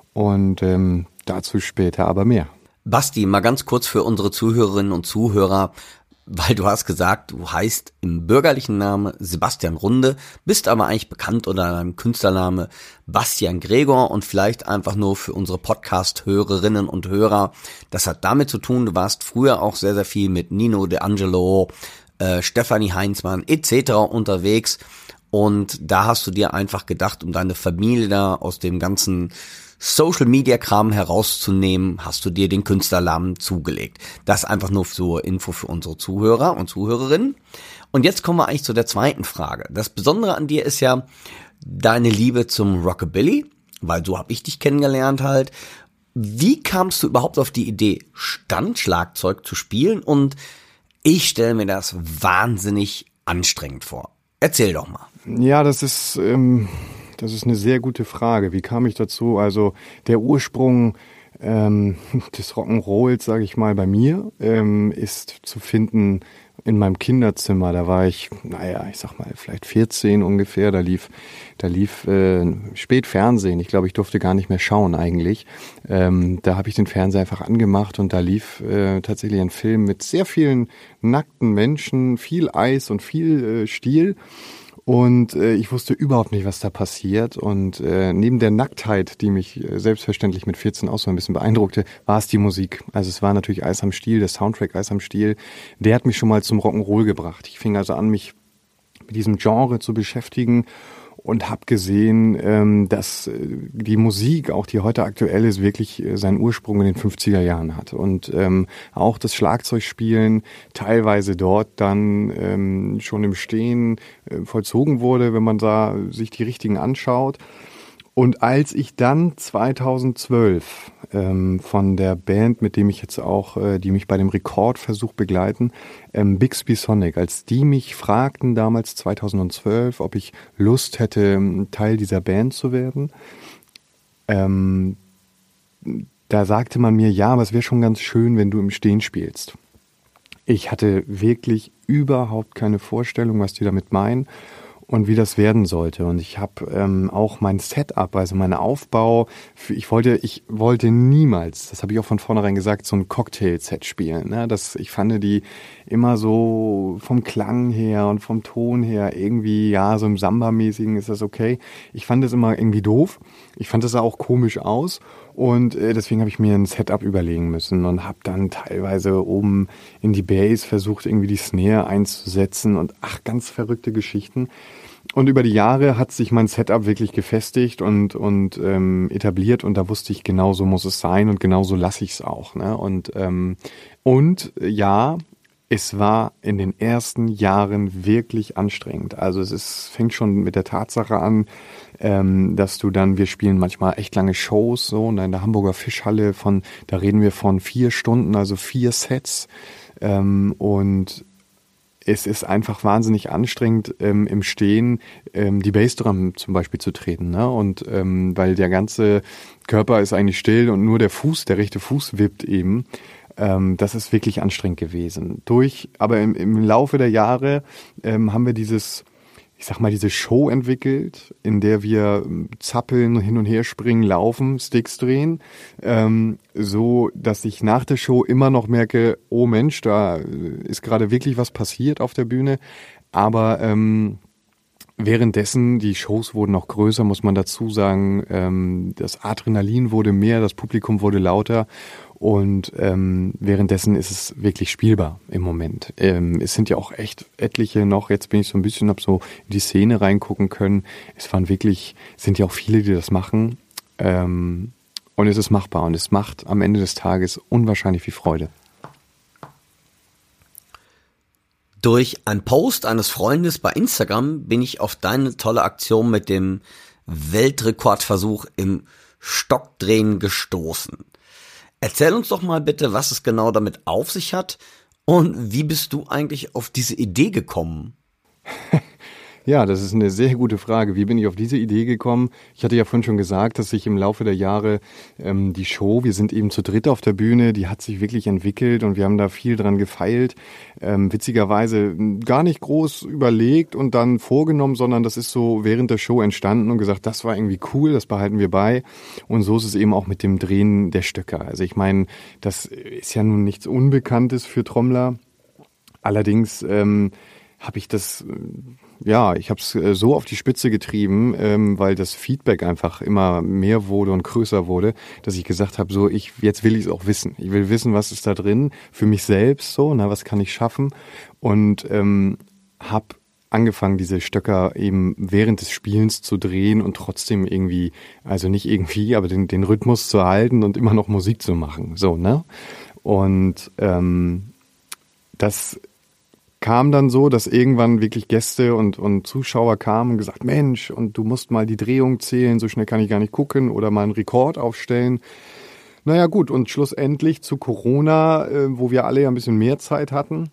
Speaker 3: Und ähm, dazu später aber mehr.
Speaker 1: Basti, mal ganz kurz für unsere Zuhörerinnen und Zuhörer, weil du hast gesagt, du heißt im bürgerlichen Namen Sebastian Runde, bist aber eigentlich bekannt unter deinem Künstlername Bastian Gregor und vielleicht einfach nur für unsere Podcast-Hörerinnen und Hörer. Das hat damit zu tun, du warst früher auch sehr, sehr viel mit Nino D'Angelo, äh, Stefanie Heinzmann et cetera unterwegs und da hast du dir einfach gedacht, um deine Familie da aus dem ganzen Social-Media-Kram herauszunehmen, hast du dir den Künstlernamen zugelegt. Das einfach nur zur Info für unsere Zuhörer und Zuhörerinnen. Und jetzt kommen wir eigentlich zu der zweiten Frage. Das Besondere an dir ist ja deine Liebe zum Rockabilly, weil so habe ich dich kennengelernt halt. Wie kamst du überhaupt auf die Idee, Standschlagzeug zu spielen? Und ich stelle mir das wahnsinnig anstrengend vor. Erzähl doch mal.
Speaker 3: Ja, das ist... Ähm Das ist eine sehr gute Frage. Wie kam ich dazu? Also der Ursprung ähm, des Rock'n'Rolls, sage ich mal, bei mir ähm, ist zu finden in meinem Kinderzimmer. Da war ich, naja, ich sag mal, vielleicht vierzehn ungefähr. Da lief, da lief äh, spät Fernsehen. Ich glaube, ich durfte gar nicht mehr schauen eigentlich. Ähm, da habe ich den Fernseher einfach angemacht und da lief äh, tatsächlich ein Film mit sehr vielen nackten Menschen, viel Eis und viel äh, Stiel. Und äh, ich wusste überhaupt nicht, was da passiert. Und äh, neben der Nacktheit, die mich äh, selbstverständlich mit vierzehn auch so ein bisschen beeindruckte, war es die Musik. Also es war natürlich Eis am Stiel, der Soundtrack Eis am Stiel. Der hat mich schon mal zum Rock'n'Roll gebracht. Ich fing also an, mich mit diesem Genre zu beschäftigen und habe gesehen, ähm, dass äh, die Musik, auch die heute aktuell ist, wirklich äh, seinen Ursprung in den fünfziger Jahren hat. Und ähm, auch das Schlagzeugspielen teilweise dort dann ähm, schon im Stehen äh, vollzogen wurde, wenn man da sich die richtigen anschaut. Und als ich dann zweitausendzwölf ähm, von der Band, mit dem ich jetzt auch, äh, die mich bei dem Rekordversuch begleiten, ähm, Bixby Sonic, als die mich fragten damals zweitausendzwölf, ob ich Lust hätte, Teil dieser Band zu werden, ähm, da sagte man mir, ja, aber es wäre schon ganz schön, wenn du im Stehen spielst. Ich hatte wirklich überhaupt keine Vorstellung, was die damit meinen und wie das werden sollte. Und ich habe ähm, auch mein Setup, also mein Aufbau, für, ich wollte ich wollte niemals, das habe ich auch von vornherein gesagt, so ein Cocktail-Set spielen. Ne? Das, ich fand die immer so vom Klang her und vom Ton her irgendwie, ja, so im Samba-mäßigen ist das okay. Ich fand das immer irgendwie doof. Ich fand das auch komisch aus. Und äh, deswegen habe ich mir ein Setup überlegen müssen und habe dann teilweise oben in die Bass versucht, irgendwie die Snare einzusetzen und ach, ganz verrückte Geschichten. Und über die Jahre hat sich mein Setup wirklich gefestigt und und ähm, etabliert und da wusste ich, genau so muss es sein und genau so lasse ich es auch. Ne? Und, ähm, und ja, es war in den ersten Jahren wirklich anstrengend. Also es ist, fängt schon mit der Tatsache an, ähm, dass du dann, wir spielen manchmal echt lange Shows, so in der Hamburger Fischhalle, von, da reden wir von vier Stunden, also vier Sets. Ähm, und es ist einfach wahnsinnig anstrengend, ähm, im Stehen ähm, die Bassdrum zum Beispiel zu treten, ne? Und ähm, weil der ganze Körper ist eigentlich still und nur der Fuß, der rechte Fuß wippt eben. Ähm, das ist wirklich anstrengend gewesen. Durch, aber im, im Laufe der Jahre ähm, haben wir dieses, ich sag mal, diese Show entwickelt, in der wir zappeln, hin und her springen, laufen, Sticks drehen, ähm, so, dass ich nach der Show immer noch merke, oh Mensch, da ist gerade wirklich was passiert auf der Bühne, aber ähm, währenddessen, die Shows wurden noch größer, muss man dazu sagen, ähm, das Adrenalin wurde mehr, das Publikum wurde lauter Und ähm, währenddessen ist es wirklich spielbar im Moment. Ähm, es sind ja auch echt etliche noch, jetzt bin ich so ein bisschen, hab so in die Szene reingucken können. Es waren wirklich, sind ja auch viele, die das machen. Ähm, und es ist machbar und es macht am Ende des Tages unwahrscheinlich viel Freude.
Speaker 1: Durch einen Post eines Freundes bei Instagram bin ich auf deine tolle Aktion mit dem Weltrekordversuch im Stockdrehen gestoßen. Erzähl uns doch mal bitte, was es genau damit auf sich hat und wie bist du eigentlich auf diese Idee gekommen?
Speaker 3: Ja, das ist eine sehr gute Frage. Wie bin ich auf diese Idee gekommen? Ich hatte ja vorhin schon gesagt, dass sich im Laufe der Jahre ähm, die Show, wir sind eben zu dritt auf der Bühne, die hat sich wirklich entwickelt und wir haben da viel dran gefeilt. Ähm, witzigerweise gar nicht groß überlegt und dann vorgenommen, sondern das ist so während der Show entstanden und gesagt, das war irgendwie cool, das behalten wir bei. Und so ist es eben auch mit dem Drehen der Stöcker. Also ich meine, das ist ja nun nichts Unbekanntes für Trommler. Allerdings ähm, habe ich das... Ja, ich habe es so auf die Spitze getrieben, ähm, weil das Feedback einfach immer mehr wurde und größer wurde, dass ich gesagt habe, so ich jetzt will ich es auch wissen. Ich will wissen, was ist da drin für mich selbst, so, na, was kann ich schaffen? Und ähm, habe angefangen, diese Stöcker eben während des Spielens zu drehen und trotzdem irgendwie, also nicht irgendwie, aber den, den Rhythmus zu erhalten und immer noch Musik zu machen, so, ne? Und ähm, das kam dann so, dass irgendwann wirklich Gäste und, und Zuschauer kamen und gesagt, Mensch, und du musst mal die Drehung zählen, so schnell kann ich gar nicht gucken oder mal einen Rekord aufstellen. Naja gut, und schlussendlich zu Corona, äh, wo wir alle ja ein bisschen mehr Zeit hatten,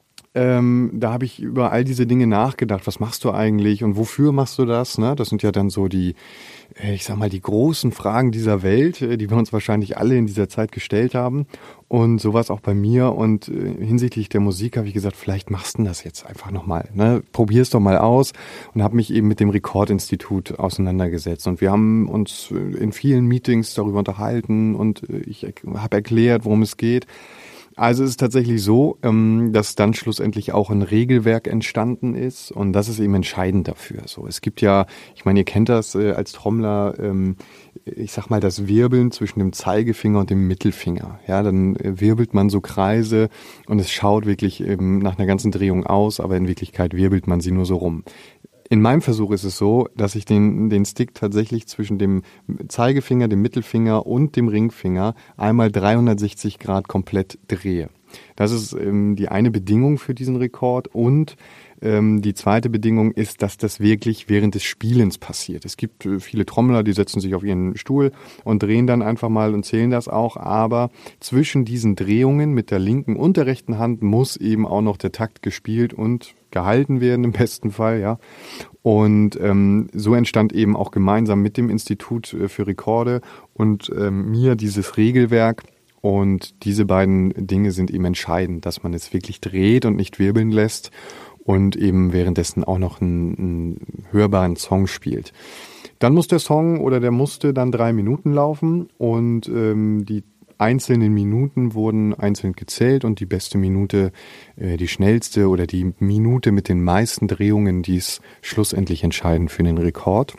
Speaker 3: ähm, da habe ich über all diese Dinge nachgedacht. Was machst du eigentlich und wofür machst du das? Ne? Das sind ja dann so die, äh, ich sag mal, die großen Fragen dieser Welt, äh, die wir uns wahrscheinlich alle in dieser Zeit gestellt haben. Und so war es auch bei mir. Und äh, hinsichtlich der Musik habe ich gesagt, vielleicht machst du das jetzt einfach nochmal. Ne? Probier es doch mal aus. Und habe mich eben mit dem Rekordinstitut auseinandergesetzt. Und wir haben uns in vielen Meetings darüber unterhalten und äh, ich habe erklärt, worum es geht. Also es ist tatsächlich so, dass dann schlussendlich auch ein Regelwerk entstanden ist und das ist eben entscheidend dafür. So, es gibt ja, ich meine, ihr kennt das als Trommler, ich sag mal, das Wirbeln zwischen dem Zeigefinger und dem Mittelfinger. Ja, dann wirbelt man so Kreise und es schaut wirklich nach einer ganzen Drehung aus, aber in Wirklichkeit wirbelt man sie nur so rum. In meinem Versuch ist es so, dass ich den, den Stick tatsächlich zwischen dem Zeigefinger, dem Mittelfinger und dem Ringfinger einmal dreihundertsechzig Grad komplett drehe. Das ist ähm, die eine Bedingung für diesen Rekord und ähm, die zweite Bedingung ist, dass das wirklich während des Spielens passiert. Es gibt äh, viele Trommler, die setzen sich auf ihren Stuhl und drehen dann einfach mal und zählen das auch, aber zwischen diesen Drehungen mit der linken und der rechten Hand muss eben auch noch der Takt gespielt und gehalten werden im besten Fall, ja. Und ähm, so entstand eben auch gemeinsam mit dem Institut äh, für Rekorde und ähm, mir dieses Regelwerk. Und diese beiden Dinge sind eben entscheidend, dass man es wirklich dreht und nicht wirbeln lässt und eben währenddessen auch noch einen, einen hörbaren Song spielt. Dann muss der Song oder der musste dann drei Minuten laufen und ähm, die einzelnen Minuten wurden einzeln gezählt und die beste Minute, äh, die schnellste oder die Minute mit den meisten Drehungen, die ist schlussendlich entscheidend für den Rekord.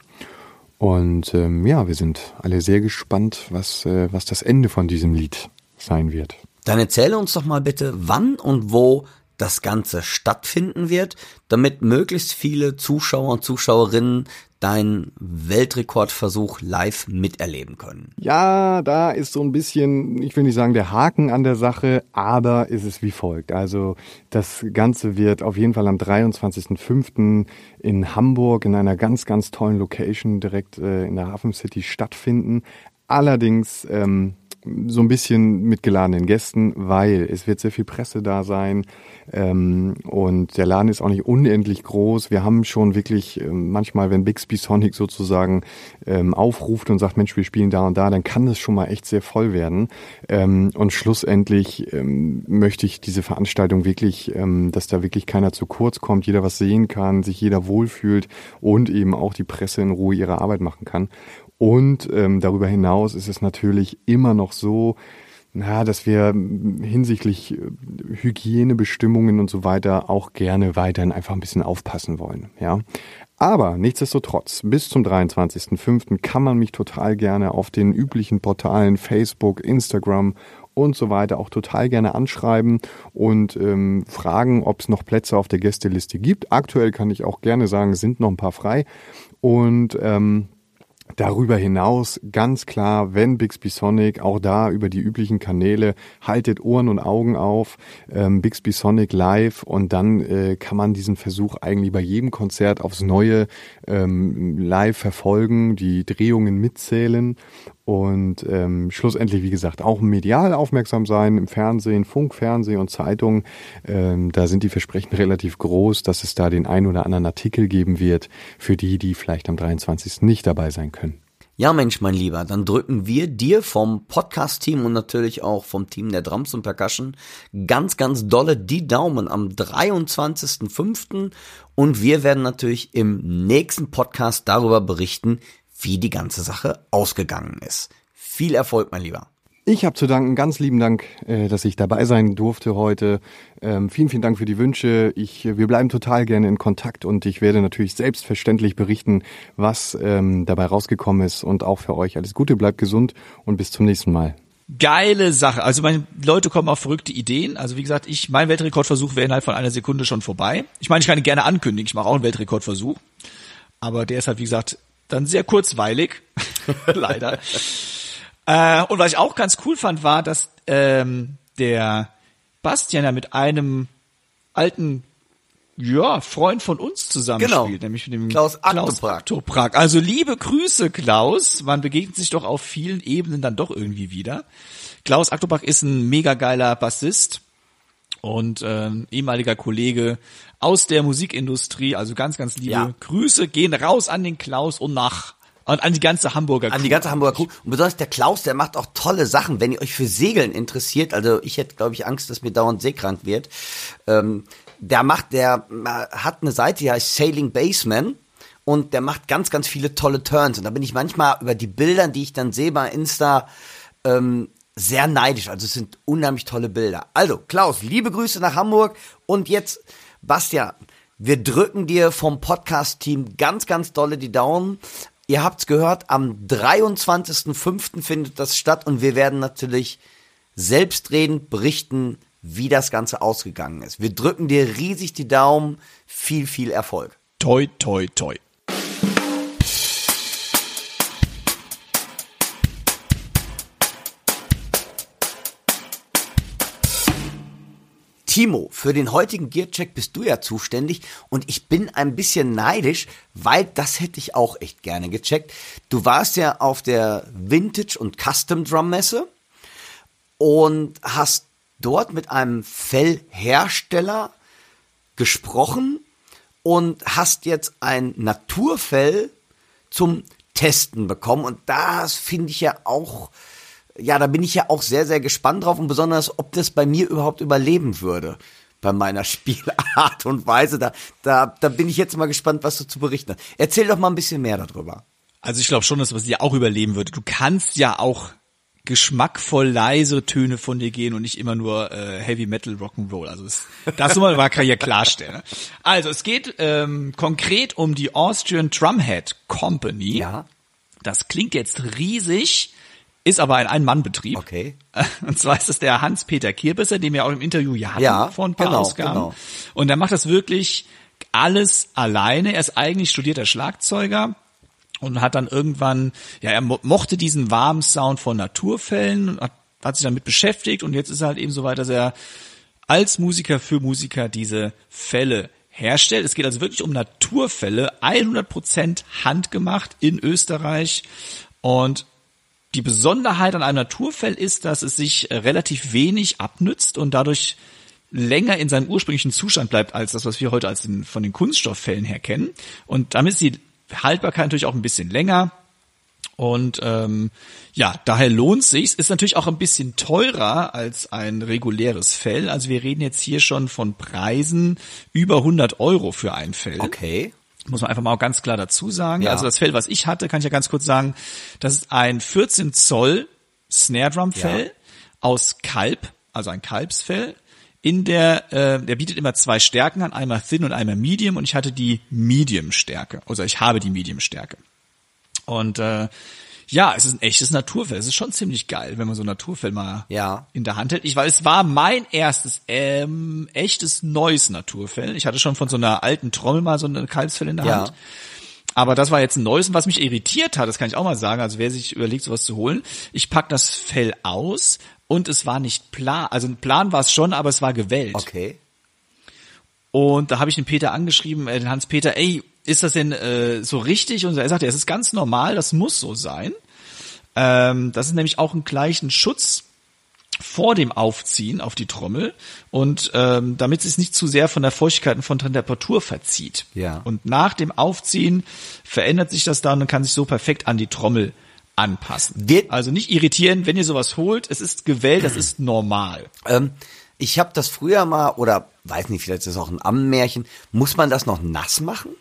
Speaker 3: Und ähm, ja, wir sind alle sehr gespannt, was, äh, was das Ende von diesem Lied sein wird.
Speaker 1: Dann erzähle uns doch mal bitte, wann und wo das Ganze stattfinden wird, damit möglichst viele Zuschauer und Zuschauerinnen deinen Weltrekordversuch live miterleben können.
Speaker 3: Ja, da ist so ein bisschen, ich will nicht sagen der Haken an der Sache, aber ist es wie folgt. Also das Ganze wird auf jeden Fall am dreiundzwanzigsten fünften in Hamburg in einer ganz, ganz tollen Location direkt äh, in der Hafen City stattfinden. Allerdings ähm, so ein bisschen mit geladenen Gästen, weil es wird sehr viel Presse da sein ähm, und der Laden ist auch nicht unendlich groß. Wir haben schon wirklich ähm, manchmal, wenn Bixby Sonic sozusagen ähm, aufruft und sagt, Mensch, wir spielen da und da, dann kann das schon mal echt sehr voll werden. Ähm, und schlussendlich ähm, möchte ich diese Veranstaltung wirklich, ähm, dass da wirklich keiner zu kurz kommt, jeder was sehen kann, sich jeder wohlfühlt und eben auch die Presse in Ruhe ihre Arbeit machen kann. Und ähm, darüber hinaus ist es natürlich immer noch so, na, dass wir hinsichtlich Hygienebestimmungen und so weiter auch gerne weiterhin einfach ein bisschen aufpassen wollen, ja. Aber nichtsdestotrotz, bis zum dreiundzwanzigsten fünften kann man mich total gerne auf den üblichen Portalen Facebook, Instagram und so weiter auch total gerne anschreiben und ähm, fragen, ob es noch Plätze auf der Gästeliste gibt. Aktuell kann ich auch gerne sagen, sind noch ein paar frei. Und ähm, darüber hinaus ganz klar, wenn Bixby Sonic, auch da über die üblichen Kanäle, haltet Ohren und Augen auf, ähm, Bixby Sonic live, und dann äh, kann man diesen Versuch eigentlich bei jedem Konzert aufs Neue ähm, live verfolgen, die Drehungen mitzählen und ähm, schlussendlich, wie gesagt, auch medial aufmerksam sein, im Fernsehen, Funk, Fernsehen und Zeitung. Ähm, da sind die Versprechen relativ groß, dass es da den ein oder anderen Artikel geben wird für die, die vielleicht am dreiundzwanzigsten nicht dabei sein können.
Speaker 1: Ja, Mensch, mein Lieber, dann drücken wir dir vom Podcast-Team und natürlich auch vom Team der Drums und Percussion ganz, ganz dolle die Daumen am dreiundzwanzigsten fünften und wir werden natürlich im nächsten Podcast darüber berichten, wie die ganze Sache ausgegangen ist. Viel Erfolg, mein Lieber.
Speaker 3: Ich habe zu danken, ganz lieben Dank, äh, dass ich dabei sein durfte heute. Ähm, vielen, vielen Dank für die Wünsche. Ich, wir bleiben total gerne in Kontakt und ich werde natürlich selbstverständlich berichten, was ähm, dabei rausgekommen ist, und auch für euch alles Gute, bleibt gesund und bis zum nächsten Mal.
Speaker 2: Geile Sache. Also meine Leute kommen auf verrückte Ideen. Also wie gesagt, ich mein Weltrekordversuch wäre innerhalb von einer Sekunde schon vorbei. Ich meine, ich kann ihn gerne ankündigen. Ich mache auch einen Weltrekordversuch, aber der ist halt, wie gesagt, dann sehr kurzweilig, leider. Äh, und was ich auch ganz cool fand, war, dass ähm, der Bastian ja mit einem alten ja, Freund von uns zusammenspielt,
Speaker 1: genau.
Speaker 2: Nämlich mit dem
Speaker 1: Klaus
Speaker 2: Klaus
Speaker 1: Achtoprak.
Speaker 2: Achtoprak. Also liebe Grüße, Klaus. Man begegnet sich doch auf vielen Ebenen dann doch irgendwie wieder. Klaus Achtoprak ist ein mega geiler Bassist und äh, ehemaliger Kollege aus der Musikindustrie, also ganz, ganz liebe
Speaker 1: ja.
Speaker 2: Grüße gehen raus an den Klaus und nach und an die ganze Hamburger Crew.
Speaker 1: An die ganze Hamburger Crew. Und besonders der Klaus, der macht auch tolle Sachen, wenn ihr euch für Segeln interessiert. Also ich hätte, glaube ich, Angst, dass mir dauernd seekrank wird. Ähm, der macht, der hat eine Seite, die heißt Sailing Baseman. Und der macht ganz, ganz viele tolle Turns. Und da bin ich manchmal über die Bilder, die ich dann sehe bei Insta, ähm, sehr neidisch. Also es sind unheimlich tolle Bilder. Also Klaus, liebe Grüße nach Hamburg. Und jetzt Bastian, wir drücken dir vom Podcast-Team ganz, ganz dolle die Daumen. Ihr habt's gehört, am dreiundzwanzigsten fünften findet das statt und wir werden natürlich selbstredend berichten, wie das Ganze ausgegangen ist. Wir drücken dir riesig die Daumen. Viel, viel Erfolg.
Speaker 2: Toi, toi, toi.
Speaker 1: Timo, für den heutigen Gearcheck bist du ja zuständig und ich bin ein bisschen neidisch, weil das hätte ich auch echt gerne gecheckt. Du warst ja auf der Vintage- und Custom-Drum-Messe und hast dort mit einem Fellhersteller gesprochen und hast jetzt ein Naturfell zum Testen bekommen und das finde ich ja auch... Ja, da bin ich ja auch sehr, sehr gespannt drauf und besonders, ob das bei mir überhaupt überleben würde, bei meiner Spielart und Weise. Da, da, da bin ich jetzt mal gespannt, was du zu berichten hast. Erzähl doch mal ein bisschen mehr darüber.
Speaker 2: Also ich glaube schon, dass es dir auch überleben würde. Du kannst ja auch geschmackvoll leise Töne von dir gehen und nicht immer nur äh, Heavy Metal Rock'n'Roll. Also das, das mal kann ich ja klarstellen. Also es geht ähm, konkret um die Austrian Drumhead Company.
Speaker 1: Ja.
Speaker 2: Das klingt jetzt riesig. Ist aber ein Ein-Mann-Betrieb.
Speaker 1: Okay.
Speaker 2: Und zwar ist es der Hans-Peter Kierbesser, den wir auch im Interview ja hatten
Speaker 1: ja,
Speaker 2: vor ein paar
Speaker 1: genau,
Speaker 2: Ausgaben.
Speaker 1: Genau.
Speaker 2: Und der macht das wirklich alles alleine. Er ist eigentlich studierter Schlagzeuger und hat dann irgendwann, ja, er mo- mochte diesen warmen Sound von Naturfällen und hat, hat sich damit beschäftigt und jetzt ist er halt eben so weit, dass er als Musiker für Musiker diese Fälle herstellt. Es geht also wirklich um Naturfälle, hundert Prozent handgemacht in Österreich und die Besonderheit an einem Naturfell ist, dass es sich relativ wenig abnützt und dadurch länger in seinem ursprünglichen Zustand bleibt, als das, was wir heute als den, von den Kunststofffällen her kennen. Und damit ist die Haltbarkeit natürlich auch ein bisschen länger. Und ähm, ja, daher lohnt sich's. Ist natürlich auch ein bisschen teurer als ein reguläres Fell. Also wir reden jetzt hier schon von Preisen über hundert Euro für ein Fell.
Speaker 1: Okay.
Speaker 2: Muss man einfach mal auch ganz klar dazu sagen.
Speaker 1: Ja.
Speaker 2: Also das Fell, was ich hatte, kann ich ja ganz kurz sagen, das ist ein vierzehn Zoll Snare Drum Fell ja. aus Kalb, also ein Kalbsfell. In der, äh, der bietet immer zwei Stärken an, einmal Thin und einmal Medium und ich hatte die Medium Stärke. Also ich habe die Medium Stärke. Und äh, Ja, es ist ein echtes Naturfell. Es ist schon ziemlich geil, wenn man so ein Naturfell mal
Speaker 1: Ja.
Speaker 2: in der Hand hält. Ich, weil es war mein erstes ähm, echtes neues Naturfell. Ich hatte schon von so einer alten Trommel mal so ein Kalbsfell in der
Speaker 1: Ja.
Speaker 2: Hand. Aber das war jetzt ein neues, und was mich irritiert hat, das kann ich auch mal sagen, also wer sich überlegt, sowas zu holen, ich pack das Fell aus und es war nicht plan, also ein Plan war es schon, aber es war gewellt.
Speaker 1: Okay.
Speaker 2: Und da habe ich den Peter angeschrieben, äh, den Hans-Peter, ey, ist das denn äh, so richtig? Und er sagte, es ist ganz normal, das muss so sein. Ähm, das ist nämlich auch ein gleichen Schutz vor dem Aufziehen auf die Trommel und ähm, damit es sich nicht zu sehr von der Feuchtigkeit und von der Temperatur verzieht.
Speaker 1: Ja.
Speaker 2: Und nach dem Aufziehen verändert sich das dann und kann sich so perfekt an die Trommel anpassen.
Speaker 1: Wird-
Speaker 2: also nicht irritieren, wenn ihr sowas holt, es ist gewellt, das ist normal.
Speaker 1: Ähm, ich habe das früher mal, oder weiß nicht, vielleicht ist das auch ein Ammenmärchen, muss man das noch nass machen?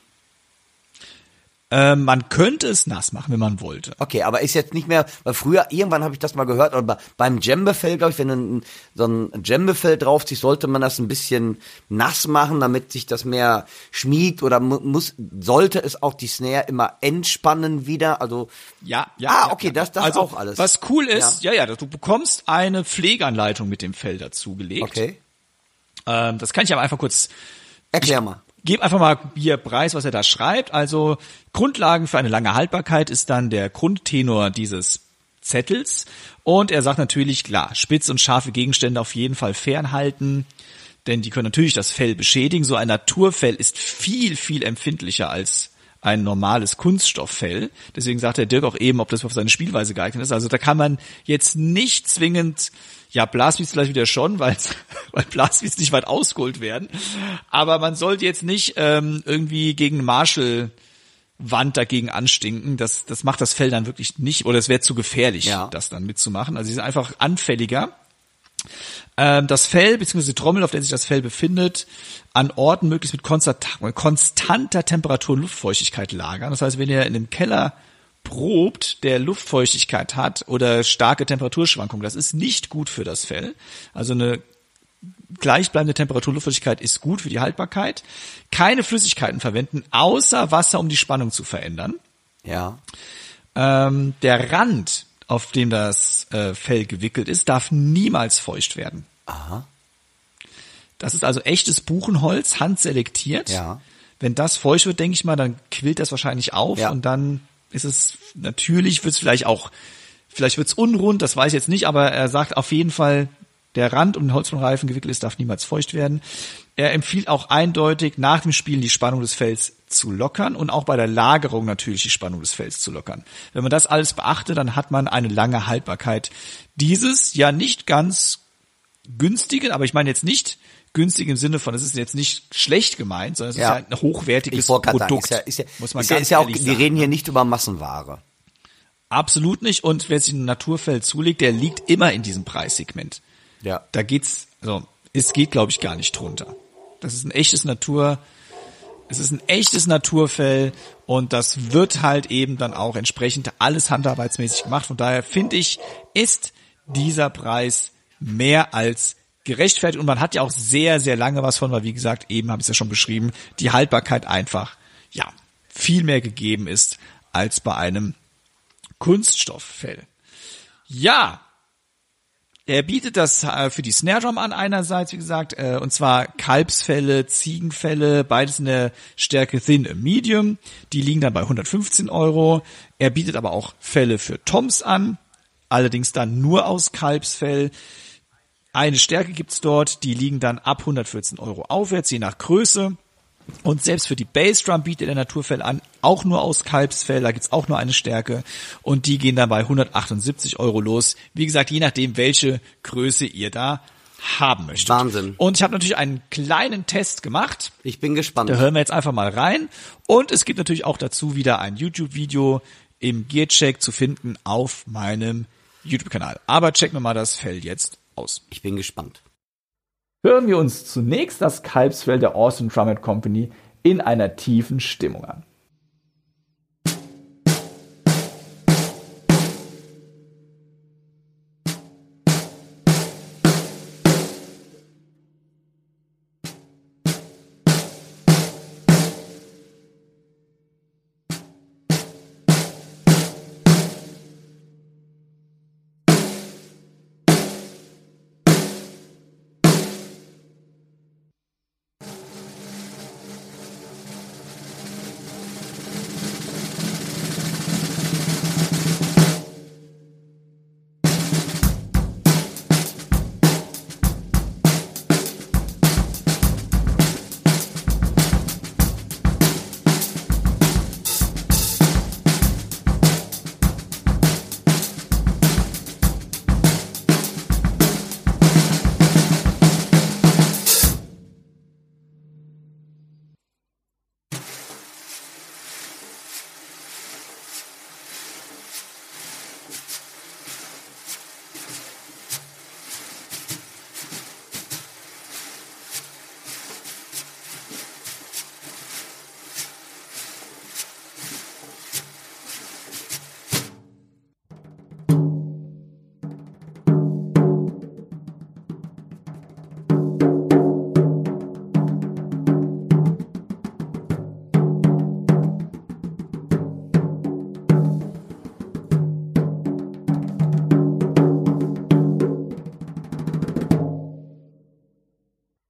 Speaker 2: Ähm, man könnte es nass machen, wenn man wollte.
Speaker 1: Okay, aber ist jetzt nicht mehr, weil früher, irgendwann habe ich das mal gehört, oder beim Djembefell, glaube ich, wenn du ein, so ein Djembefell draufziehst, sollte man das ein bisschen nass machen, damit sich das mehr schmiegt, oder mu- muss, sollte es auch die Snare immer entspannen wieder, also,
Speaker 2: Ja, ja.
Speaker 1: Ah,
Speaker 2: ja,
Speaker 1: okay,
Speaker 2: ja.
Speaker 1: das- das
Speaker 2: also,
Speaker 1: auch alles.
Speaker 2: Was cool ist, ja, ja, du bekommst eine Pflegeanleitung mit dem Fell dazugelegt.
Speaker 1: okay,
Speaker 2: Ähm, das kann ich aber einfach kurz
Speaker 1: erklär mal.
Speaker 2: Geb einfach mal hier preis, was er da schreibt. Also Grundlagen für eine lange Haltbarkeit ist dann der Grundtenor dieses Zettels. Und er sagt natürlich, klar, spitz und scharfe Gegenstände auf jeden Fall fernhalten, denn die können natürlich das Fell beschädigen. So ein Naturfell ist viel, viel empfindlicher als ein normales Kunststofffell. Deswegen sagt der Dirk auch eben, ob das auf seine Spielweise geeignet ist. Also da kann man jetzt nicht zwingend, ja, Blasbeats vielleicht wieder schon, weil weil Blasbeats nicht weit ausgeholt werden. Aber man sollte jetzt nicht ähm, irgendwie gegen eine Marshall-Wand dagegen anstinken. Das, das macht das Fell dann wirklich nicht, oder es wäre zu gefährlich,
Speaker 1: Ja.
Speaker 2: das dann mitzumachen. Also sie sind einfach anfälliger. Ähm, das Fell, beziehungsweise die Trommel, auf der sich das Fell befindet, an Orten möglichst mit konstanter, konstanter Temperatur und Luftfeuchtigkeit lagern. Das heißt, wenn ihr in einem Keller probt, der Luftfeuchtigkeit hat oder starke Temperaturschwankungen, das ist nicht gut für das Fell. Also eine gleichbleibende Temperatur, Luftfeuchtigkeit ist gut für die Haltbarkeit. Keine Flüssigkeiten verwenden, außer Wasser, um die Spannung zu verändern.
Speaker 1: Ja,
Speaker 2: Ähm, der Rand, auf dem das äh, Fell gewickelt ist, darf niemals feucht werden.
Speaker 1: aha,
Speaker 2: Das ist also echtes Buchenholz, handselektiert.
Speaker 1: Ja.
Speaker 2: Wenn das feucht wird, denke ich mal, dann quillt das wahrscheinlich auf
Speaker 1: Ja.
Speaker 2: und dann ist es, natürlich wird es vielleicht auch, vielleicht wird es unrund, das weiß ich jetzt nicht, aber er sagt auf jeden Fall, der Rand um den Holzbodenreifen gewickelt ist, darf niemals feucht werden. Er empfiehlt auch eindeutig, nach dem Spielen die Spannung des Fells zu lockern und auch bei der Lagerung natürlich die Spannung des Fells zu lockern. Wenn man das alles beachtet, dann hat man eine lange Haltbarkeit dieses ja nicht ganz günstigen, aber ich meine jetzt nicht günstig im Sinne von, es ist jetzt nicht schlecht gemeint, sondern es
Speaker 1: Ja.
Speaker 2: ist ja ein hochwertiges
Speaker 1: ich wollte gerade sagen,
Speaker 2: Produkt.
Speaker 1: ist ja, ist ja,
Speaker 2: muss man
Speaker 1: ist ja,
Speaker 2: ganz
Speaker 1: ist ja auch,
Speaker 2: ehrlich
Speaker 1: wir
Speaker 2: sagen.
Speaker 1: reden hier nicht über Massenware.
Speaker 2: Absolut nicht. Und wer sich ein Naturfell zulegt, der liegt immer in diesem Preissegment.
Speaker 1: Ja.
Speaker 2: Da geht's, also es geht, glaube ich, gar nicht drunter. Das ist ein echtes Natur, es ist ein echtes Naturfell und das wird halt eben dann auch entsprechend alles handarbeitsmäßig gemacht. Von daher finde ich, ist dieser Preis mehr als gerechtfertigt und man hat ja auch sehr, sehr lange was von, weil wie gesagt, eben habe ich es ja schon beschrieben, die Haltbarkeit einfach, ja, viel mehr gegeben ist als bei einem Kunststofffell. Ja, er bietet das äh, für die Snare Drum an einerseits, wie gesagt, äh, und zwar Kalbsfelle, Ziegenfelle, beides in der Stärke Thin und Medium. Die liegen dann bei hundertfünfzehn Euro. Er bietet aber auch Felle für Toms an, allerdings dann nur aus Kalbsfell. Eine Stärke gibt's dort, die liegen dann ab hundertvierzehn Euro aufwärts, je nach Größe. Und selbst für die Bassdrum bietet der Naturfell an, auch nur aus Kalbsfell, da gibt's auch nur eine Stärke und die gehen dann bei hundertachtundsiebzig Euro los. Wie gesagt, je nachdem, welche Größe ihr da haben möchtet.
Speaker 1: Wahnsinn.
Speaker 2: Und ich habe natürlich einen kleinen Test gemacht,
Speaker 1: Ich bin gespannt.
Speaker 2: da hören wir jetzt einfach mal rein. Und es gibt natürlich auch dazu wieder ein YouTube-Video im Gearcheck zu finden auf meinem YouTube-Kanal. Aber checken wir mal das Fell jetzt aus.
Speaker 1: Ich bin gespannt.
Speaker 2: Hören wir uns zunächst das Kalbsfell der Austin Drum and Company in einer tiefen Stimmung an.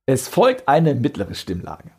Speaker 4: Es folgt eine mittlere Stimmlage.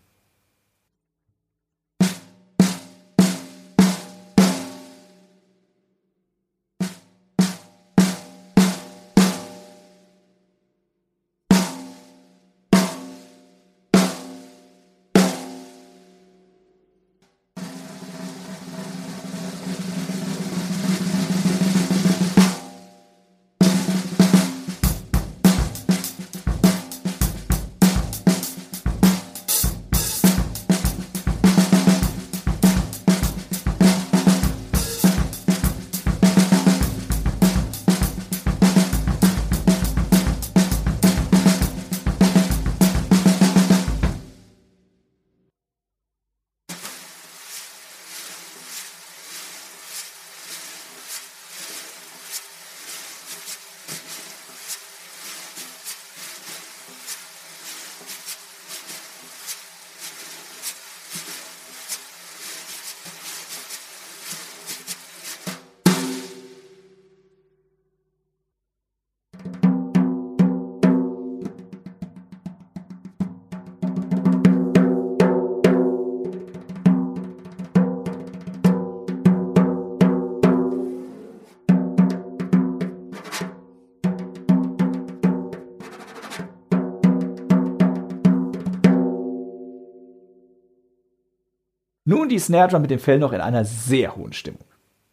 Speaker 4: Nun die Snare Drum mit dem Fell noch in einer sehr hohen Stimmung.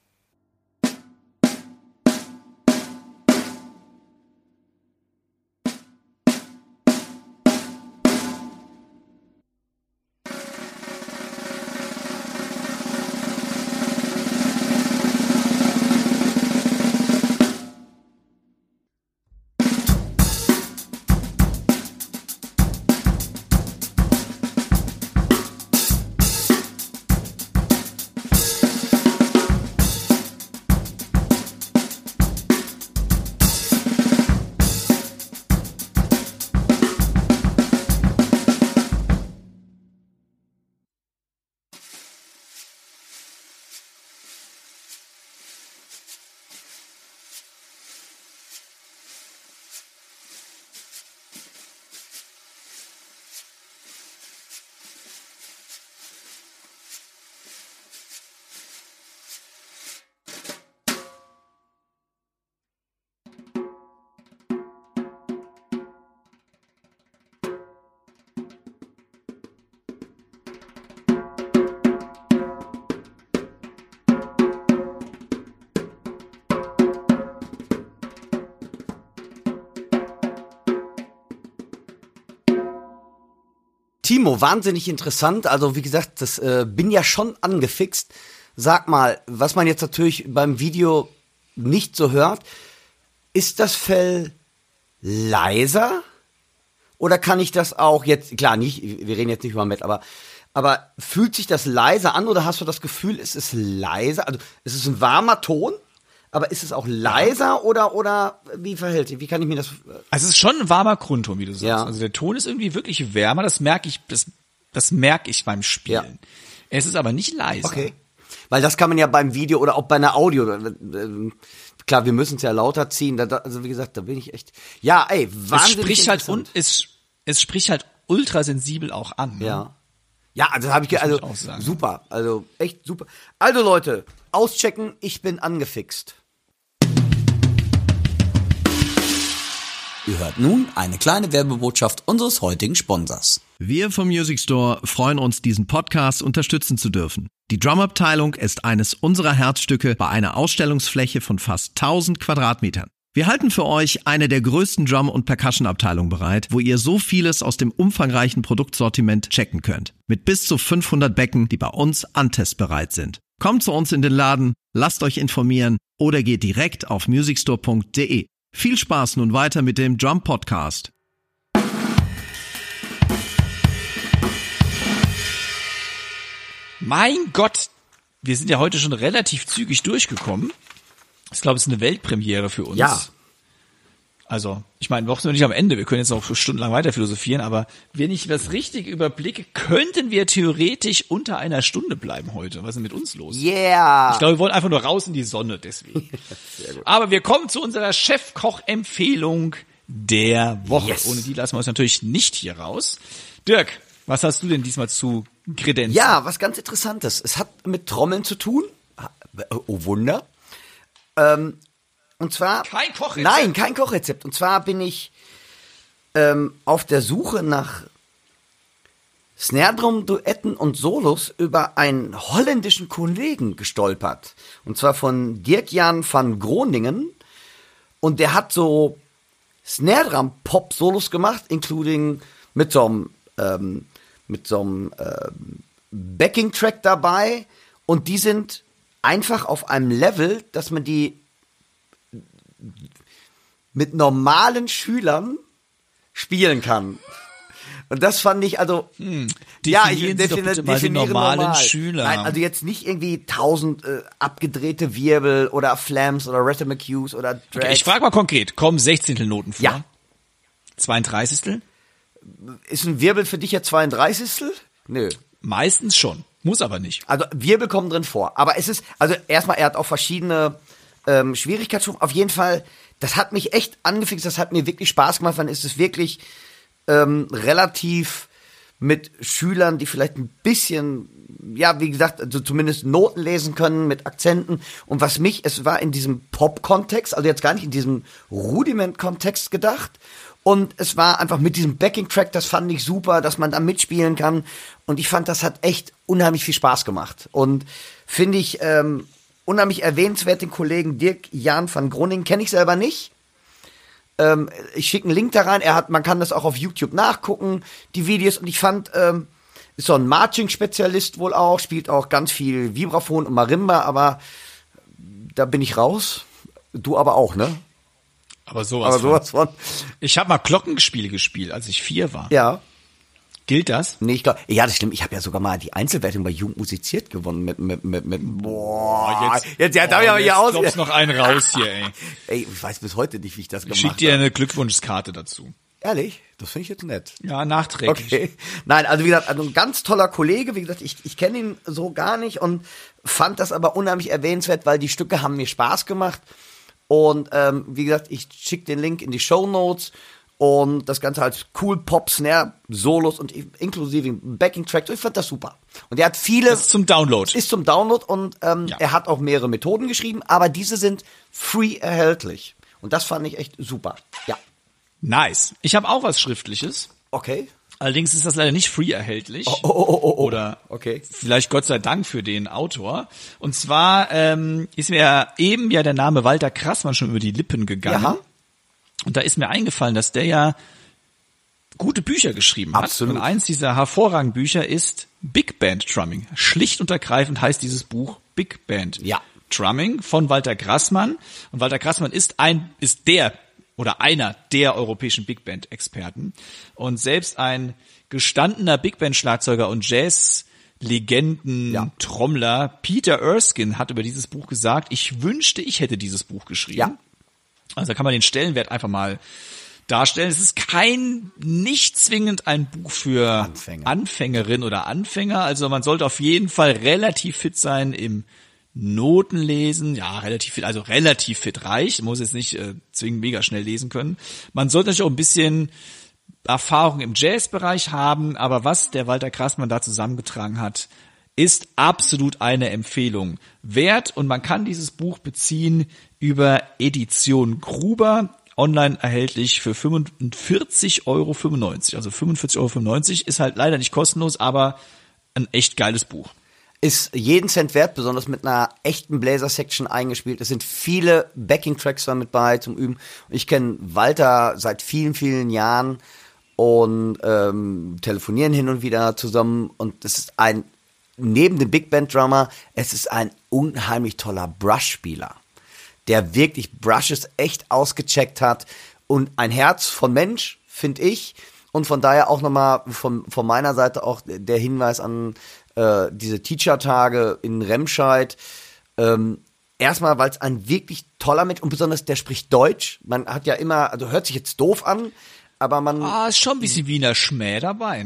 Speaker 1: Timo, wahnsinnig interessant. Also wie gesagt, das äh, bin ja schon angefixt. Sag mal, was man jetzt natürlich beim Video nicht so hört, ist das Fell leiser? Oder kann ich das auch jetzt, klar, nicht, wir reden jetzt nicht über Matt, aber, aber fühlt sich das leiser an oder hast du das Gefühl, es ist leiser? Also es ist ein warmer Ton, aber ist es auch leiser oder, oder wie verhält sich? Wie kann ich mir das...
Speaker 2: Also es ist schon ein warmer Grundton, wie du sagst.
Speaker 1: Ja.
Speaker 2: Also der Ton ist irgendwie wirklich wärmer, das merke ich, das, das merke ich beim Spielen.
Speaker 1: Ja.
Speaker 2: Es ist aber nicht leiser.
Speaker 1: Okay. Weil das kann man ja beim Video oder auch bei einer Audio, äh, klar, wir müssen es ja lauter ziehen, da, also wie gesagt, da bin ich echt, ja, ey, wahnsinnig
Speaker 2: Es spricht halt
Speaker 1: interessant.
Speaker 2: und es, es spricht halt ultrasensibel auch an. Ne?
Speaker 1: Ja. Ja, also habe ich, ge-
Speaker 2: Muss ich
Speaker 1: also
Speaker 2: auch sagen.
Speaker 1: super, also echt super. Also Leute, auschecken, ich bin angefixt.
Speaker 5: Ihr hört nun eine kleine Werbebotschaft unseres heutigen Sponsors.
Speaker 6: Wir vom Music Store freuen uns, diesen Podcast unterstützen zu dürfen. Die Drum-Abteilung ist eines unserer Herzstücke bei einer Ausstellungsfläche von fast tausend Quadratmetern. Wir halten für euch eine der größten Drum- und Percussion-Abteilungen bereit, wo ihr so vieles aus dem umfangreichen Produktsortiment checken könnt. Mit bis zu fünfhundert Becken, die bei uns antestbereit sind. Kommt zu uns in den Laden, lasst euch informieren oder geht direkt auf musicstore punkt de. Viel Spaß nun weiter mit dem Drum Podcast.
Speaker 2: Mein Gott, wir sind ja heute schon relativ zügig durchgekommen. Ich glaube, es ist eine Weltpremiere für uns.
Speaker 1: Ja.
Speaker 2: Also, ich meine, noch sind wir nicht am Ende. Wir können jetzt noch stundenlang weiter philosophieren, aber wenn ich das richtig überblicke, könnten wir theoretisch unter einer Stunde bleiben heute. Was ist denn mit uns los?
Speaker 1: Yeah.
Speaker 2: Ich glaube, wir wollen einfach nur raus in die Sonne, deswegen. Sehr gut. Aber wir kommen zu unserer Chefkoch-Empfehlung der Woche.
Speaker 1: Yes.
Speaker 2: Ohne die lassen wir uns natürlich nicht hier raus. Dirk, was hast du denn diesmal zu kredenzen?
Speaker 1: Ja, was ganz Interessantes. Es hat mit Trommeln zu tun. Oh Wunder. Ähm, und zwar...
Speaker 2: Kein Kochrezept?
Speaker 1: Nein, kein Kochrezept. Und zwar bin ich ähm, auf der Suche nach Snare-Drum-Duetten und Solos über einen holländischen Kollegen gestolpert. Und zwar von Dirk-Jan van Groningen. Und der hat so Snare-Drum-Pop-Solos gemacht, including mit so einem, ähm, mit so einem ähm, Backing-Track dabei. Und die sind einfach auf einem Level, dass man die mit normalen Schülern spielen kann. Und das fand ich, also,
Speaker 2: Hm.
Speaker 1: ja, ich
Speaker 2: Definieren Sie doch
Speaker 1: defini-
Speaker 2: bitte mal die
Speaker 1: definiere
Speaker 2: normalen
Speaker 1: normal.
Speaker 2: Schüler.
Speaker 1: Nein, also jetzt nicht irgendwie tausend äh, abgedrehte Wirbel oder Flams oder Rhythm and Cues oder Drags.
Speaker 2: Okay, ich frage mal konkret, kommen Sechzehntelnoten vor?
Speaker 1: Ja.
Speaker 2: zweiunddreißigstel?
Speaker 1: Ist ein Wirbel für dich ja zweiunddreißigstel? Nö.
Speaker 2: Meistens schon, muss aber nicht.
Speaker 1: Also Wirbel kommen drin vor. Aber es ist, also erstmal, er hat auch verschiedene ähm, Schwierigkeitsstufen. Auf jeden Fall, das hat mich echt angefixt, das hat mir wirklich Spaß gemacht. Dann ist es wirklich ähm, relativ mit Schülern, die vielleicht ein bisschen, ja, wie gesagt, also zumindest Noten lesen können mit Akzenten. Und was mich, es war in diesem Pop-Kontext, also jetzt gar nicht in diesem Rudiment-Kontext gedacht. Und es war einfach mit diesem Backing-Track, das fand ich super, dass man da mitspielen kann. Und ich fand, das hat echt unheimlich viel Spaß gemacht. Und finde ich ähm, unheimlich erwähnenswert, den Kollegen Dirk-Jan van Groningen, kenne ich selber nicht. Ähm, ich schicke einen Link da rein. Er hat, man kann das auch auf YouTube nachgucken, die Videos. Und ich fand, ähm, ist so ein Marching-Spezialist wohl auch, spielt auch ganz viel Vibraphon und Marimba, aber da bin ich raus. Du aber auch, ne?
Speaker 2: Aber sowas,
Speaker 1: Aber sowas von.
Speaker 2: Ich habe mal Glockenspiel gespielt, als ich vier war.
Speaker 1: Ja.
Speaker 2: Gilt das?
Speaker 1: Nee, ich glaube, ja, das stimmt. Ich habe ja sogar mal die Einzelwertung bei Jugend musiziert gewonnen mit, mit, mit, mit, boah, jetzt, jetzt, jetzt darf ich aber hier aus.
Speaker 2: Klopfst noch einen raus hier, ey.
Speaker 1: Ey, ich weiß bis heute nicht, wie ich das
Speaker 2: Ich
Speaker 1: gemacht
Speaker 2: schick dir
Speaker 1: habe.
Speaker 2: eine Glückwunschkarte dazu.
Speaker 1: Ehrlich? Das finde ich jetzt nett.
Speaker 2: Ja, nachträglich.
Speaker 1: Okay. Nein, also wie gesagt, also ein ganz toller Kollege. Wie gesagt, ich, ich kenne ihn so gar nicht und fand das aber unheimlich erwähnenswert, weil die Stücke haben mir Spaß gemacht. Und ähm, wie gesagt, ich schicke den Link in die Shownotes und das Ganze als cool Pop, Snare, Solos und inklusive Backing-Track. Ich fand das super. Und er hat viele...
Speaker 2: Das ist zum Download.
Speaker 1: Ist zum Download und ähm,
Speaker 2: Ja.
Speaker 1: er hat auch mehrere Methoden geschrieben, aber diese sind free erhältlich. Und das fand ich echt super. Ja.
Speaker 2: Nice. Ich habe auch was Schriftliches.
Speaker 1: Okay.
Speaker 2: Allerdings ist das leider nicht free erhältlich.
Speaker 1: Oh, oh, oh, oh.
Speaker 2: Oder
Speaker 1: Okay.
Speaker 2: vielleicht Gott sei Dank für den Autor. Und zwar ähm, ist mir eben ja der Name Walter Krassmann schon über die Lippen gegangen.
Speaker 1: Ja.
Speaker 2: Und da ist mir eingefallen, dass der ja gute Bücher geschrieben hat.
Speaker 1: Absolut.
Speaker 2: Und eins dieser hervorragenden Bücher ist Big Band Drumming. Schlicht und ergreifend heißt dieses Buch Big Band
Speaker 1: Ja.
Speaker 2: Drumming von Walter Krassmann. Und Walter Krassmann ist ein, ist der oder einer der europäischen Big Band Experten. Und selbst ein gestandener Big Band Schlagzeuger und Jazz-Legenden,
Speaker 1: Ja.
Speaker 2: Trommler Peter Erskine hat über dieses Buch gesagt, ich wünschte, ich hätte dieses Buch geschrieben.
Speaker 1: Ja.
Speaker 2: Also da kann man den Stellenwert einfach mal darstellen. Es ist kein, nicht zwingend ein Buch für
Speaker 1: Anfänger.
Speaker 2: Anfängerin oder Anfänger. Also man sollte auf jeden Fall relativ fit sein im Notenlesen. Ja, relativ fit, also relativ fit reicht. Man muss jetzt nicht äh, zwingend mega schnell lesen können. Man sollte natürlich auch ein bisschen Erfahrung im Jazzbereich haben. Aber was der Walter Krassmann da zusammengetragen hat, ist absolut eine Empfehlung wert. Und man kann dieses Buch beziehen über Edition Gruber, online erhältlich für fünfundvierzig Euro fünfundneunzig. Also fünfundvierzig Euro fünfundneunzig ist halt leider nicht kostenlos, aber ein echt geiles Buch.
Speaker 1: Ist jeden Cent wert, besonders mit einer echten Blazer-Section eingespielt. Es sind viele Backing-Tracks da mit bei zum Üben. Ich kenne Walter seit vielen, vielen Jahren und ähm, telefonieren hin und wieder zusammen. Und das ist ein, neben dem Big Band Drummer, es ist ein unheimlich toller Brush-Spieler, der wirklich Brushes echt ausgecheckt hat und ein Herz von Mensch, finde ich. Und von daher auch nochmal von, von meiner Seite auch der Hinweis an äh, diese Teacher-Tage in Remscheid. Ähm, erstmal, weil es ein wirklich toller Mensch und besonders der spricht Deutsch. Man hat ja immer, also hört sich jetzt doof an, aber man...
Speaker 2: Ah, ist schon ein bisschen Wiener Schmäh dabei, ne?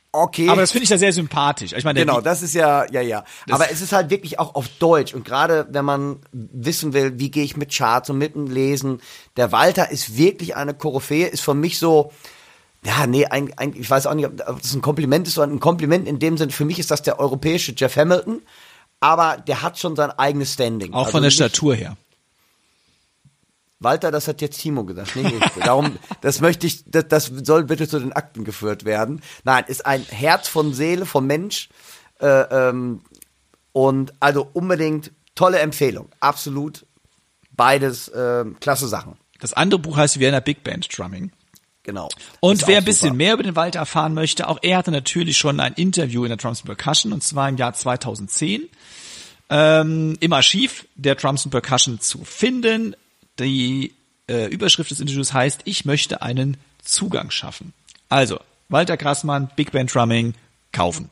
Speaker 1: Okay.
Speaker 2: Aber das finde ich ja sehr sympathisch. Ich meine, der,
Speaker 1: Genau, das ist ja, ja, ja. Aber es ist halt wirklich auch auf Deutsch. Und gerade wenn man wissen will, wie gehe ich mit Charts und mit dem Lesen, der Walter ist wirklich eine Koryphäe, ist für mich so, ja, nee, ein, ein, ich weiß auch nicht, ob das ein Kompliment ist oder ein Kompliment in dem Sinne, für mich ist das der europäische Jeff Hamilton, aber der hat schon sein eigenes Standing.
Speaker 2: auch
Speaker 1: also
Speaker 2: von der
Speaker 1: nicht,
Speaker 2: Statur her.
Speaker 1: Walter, das hat jetzt Timo gesagt, nicht ich. Darum, das möchte ich, das, das soll bitte zu den Akten geführt werden. Nein, ist ein Herz von Seele, vom Mensch. Äh, ähm, und also unbedingt tolle Empfehlung. Absolut beides äh, klasse Sachen.
Speaker 2: Das andere Buch heißt Vienna Big Band Drumming.
Speaker 1: Genau.
Speaker 2: Und
Speaker 1: Ist
Speaker 2: wer
Speaker 1: auch
Speaker 2: ein bisschen
Speaker 1: super.
Speaker 2: mehr über den Walter erfahren möchte, auch er hatte natürlich schon ein Interview in der Drums and Percussion, und zwar im Jahr zweitausendzehn. Ähm, im Archiv der Drums and Percussion zu finden. Die äh, Überschrift des Interviews heißt, ich möchte einen Zugang schaffen. Also, Walter Grassmann, Big Band Drumming, kaufen.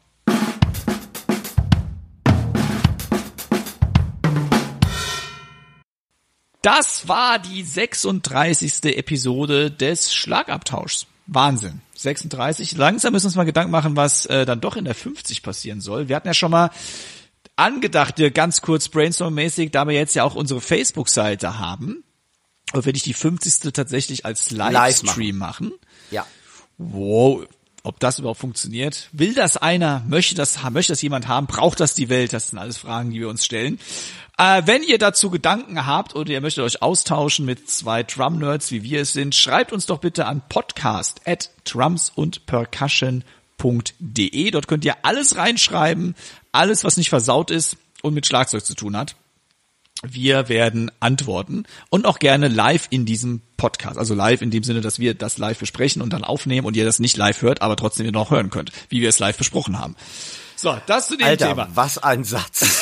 Speaker 2: Das war die sechsunddreißigste Episode des Schlagabtauschs. Wahnsinn. sechsunddreißig. Langsam müssen wir uns mal Gedanken machen, was äh, dann doch in der fünfzig passieren soll. Wir hatten ja schon mal angedacht, dir ganz kurz brainstorm-mäßig, da wir jetzt ja auch unsere Facebook-Seite haben, und wenn ich die fünfzigste tatsächlich als Livestream machen.
Speaker 1: Ja.
Speaker 2: Wow, ob das überhaupt funktioniert? Will das einer? Möchte das, möchte das jemand haben? Braucht das die Welt? Das sind alles Fragen, die wir uns stellen. Äh, wenn ihr dazu Gedanken habt oder ihr möchtet euch austauschen mit zwei Drum-Nerds, wie wir es sind, schreibt uns doch bitte an podcast at drums und percussion punkt de. Dort könnt ihr alles reinschreiben, alles, was nicht versaut ist und mit Schlagzeug zu tun hat. Wir werden antworten und auch gerne live in diesem Podcast. Also live in dem Sinne, dass wir das live besprechen und dann aufnehmen und ihr das nicht live hört, aber trotzdem ihr noch hören könnt, wie wir es live besprochen haben. So, das zu dem
Speaker 1: Alter,
Speaker 2: Thema.
Speaker 1: was ein Satz.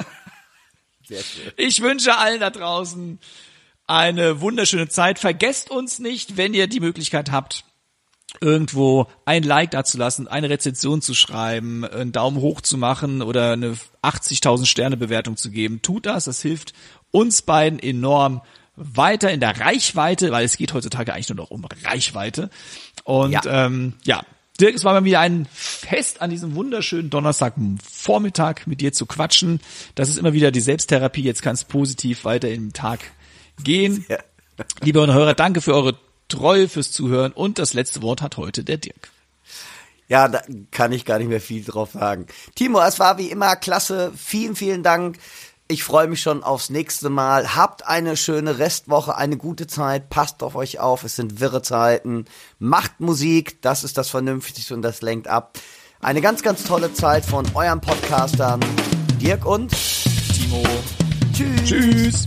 Speaker 1: Sehr schön.
Speaker 2: Ich wünsche allen da draußen eine wunderschöne Zeit. Vergesst uns nicht, wenn ihr die Möglichkeit habt, irgendwo ein Like dazulassen, eine Rezension zu schreiben, einen Daumen hoch zu machen oder eine achtzigtausend Sterne Bewertung zu geben. Tut das, das hilft uns beiden enorm weiter in der Reichweite, weil es geht heutzutage eigentlich nur noch um Reichweite. Und ja, ähm, ja. Dirk, es war mal wieder ein Fest an diesem wunderschönen Donnerstagvormittag mit dir zu quatschen. Das ist immer wieder die Selbsttherapie. Jetzt kann es positiv weiter im Tag gehen. Ja. Liebe Hörer, danke für eure Treue, fürs Zuhören, und das letzte Wort hat heute der Dirk.
Speaker 1: Ja, da kann ich gar nicht mehr viel drauf sagen. Timo, es war wie immer klasse. Vielen, vielen Dank. Ich freue mich schon aufs nächste Mal. Habt eine schöne Restwoche, eine gute Zeit. Passt auf euch auf. Es sind wirre Zeiten. Macht Musik. Das ist das Vernünftigste und das lenkt ab. Eine ganz, ganz tolle Zeit von euren Podcastern Dirk und
Speaker 2: Timo.
Speaker 1: Tschüss.
Speaker 2: Tschüss.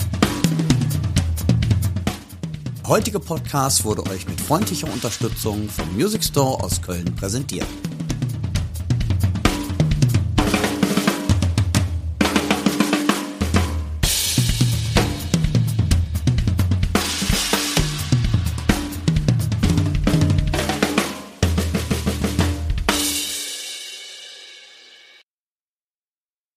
Speaker 5: Der heutige Podcast wurde euch mit freundlicher Unterstützung vom Music Store aus Köln präsentiert.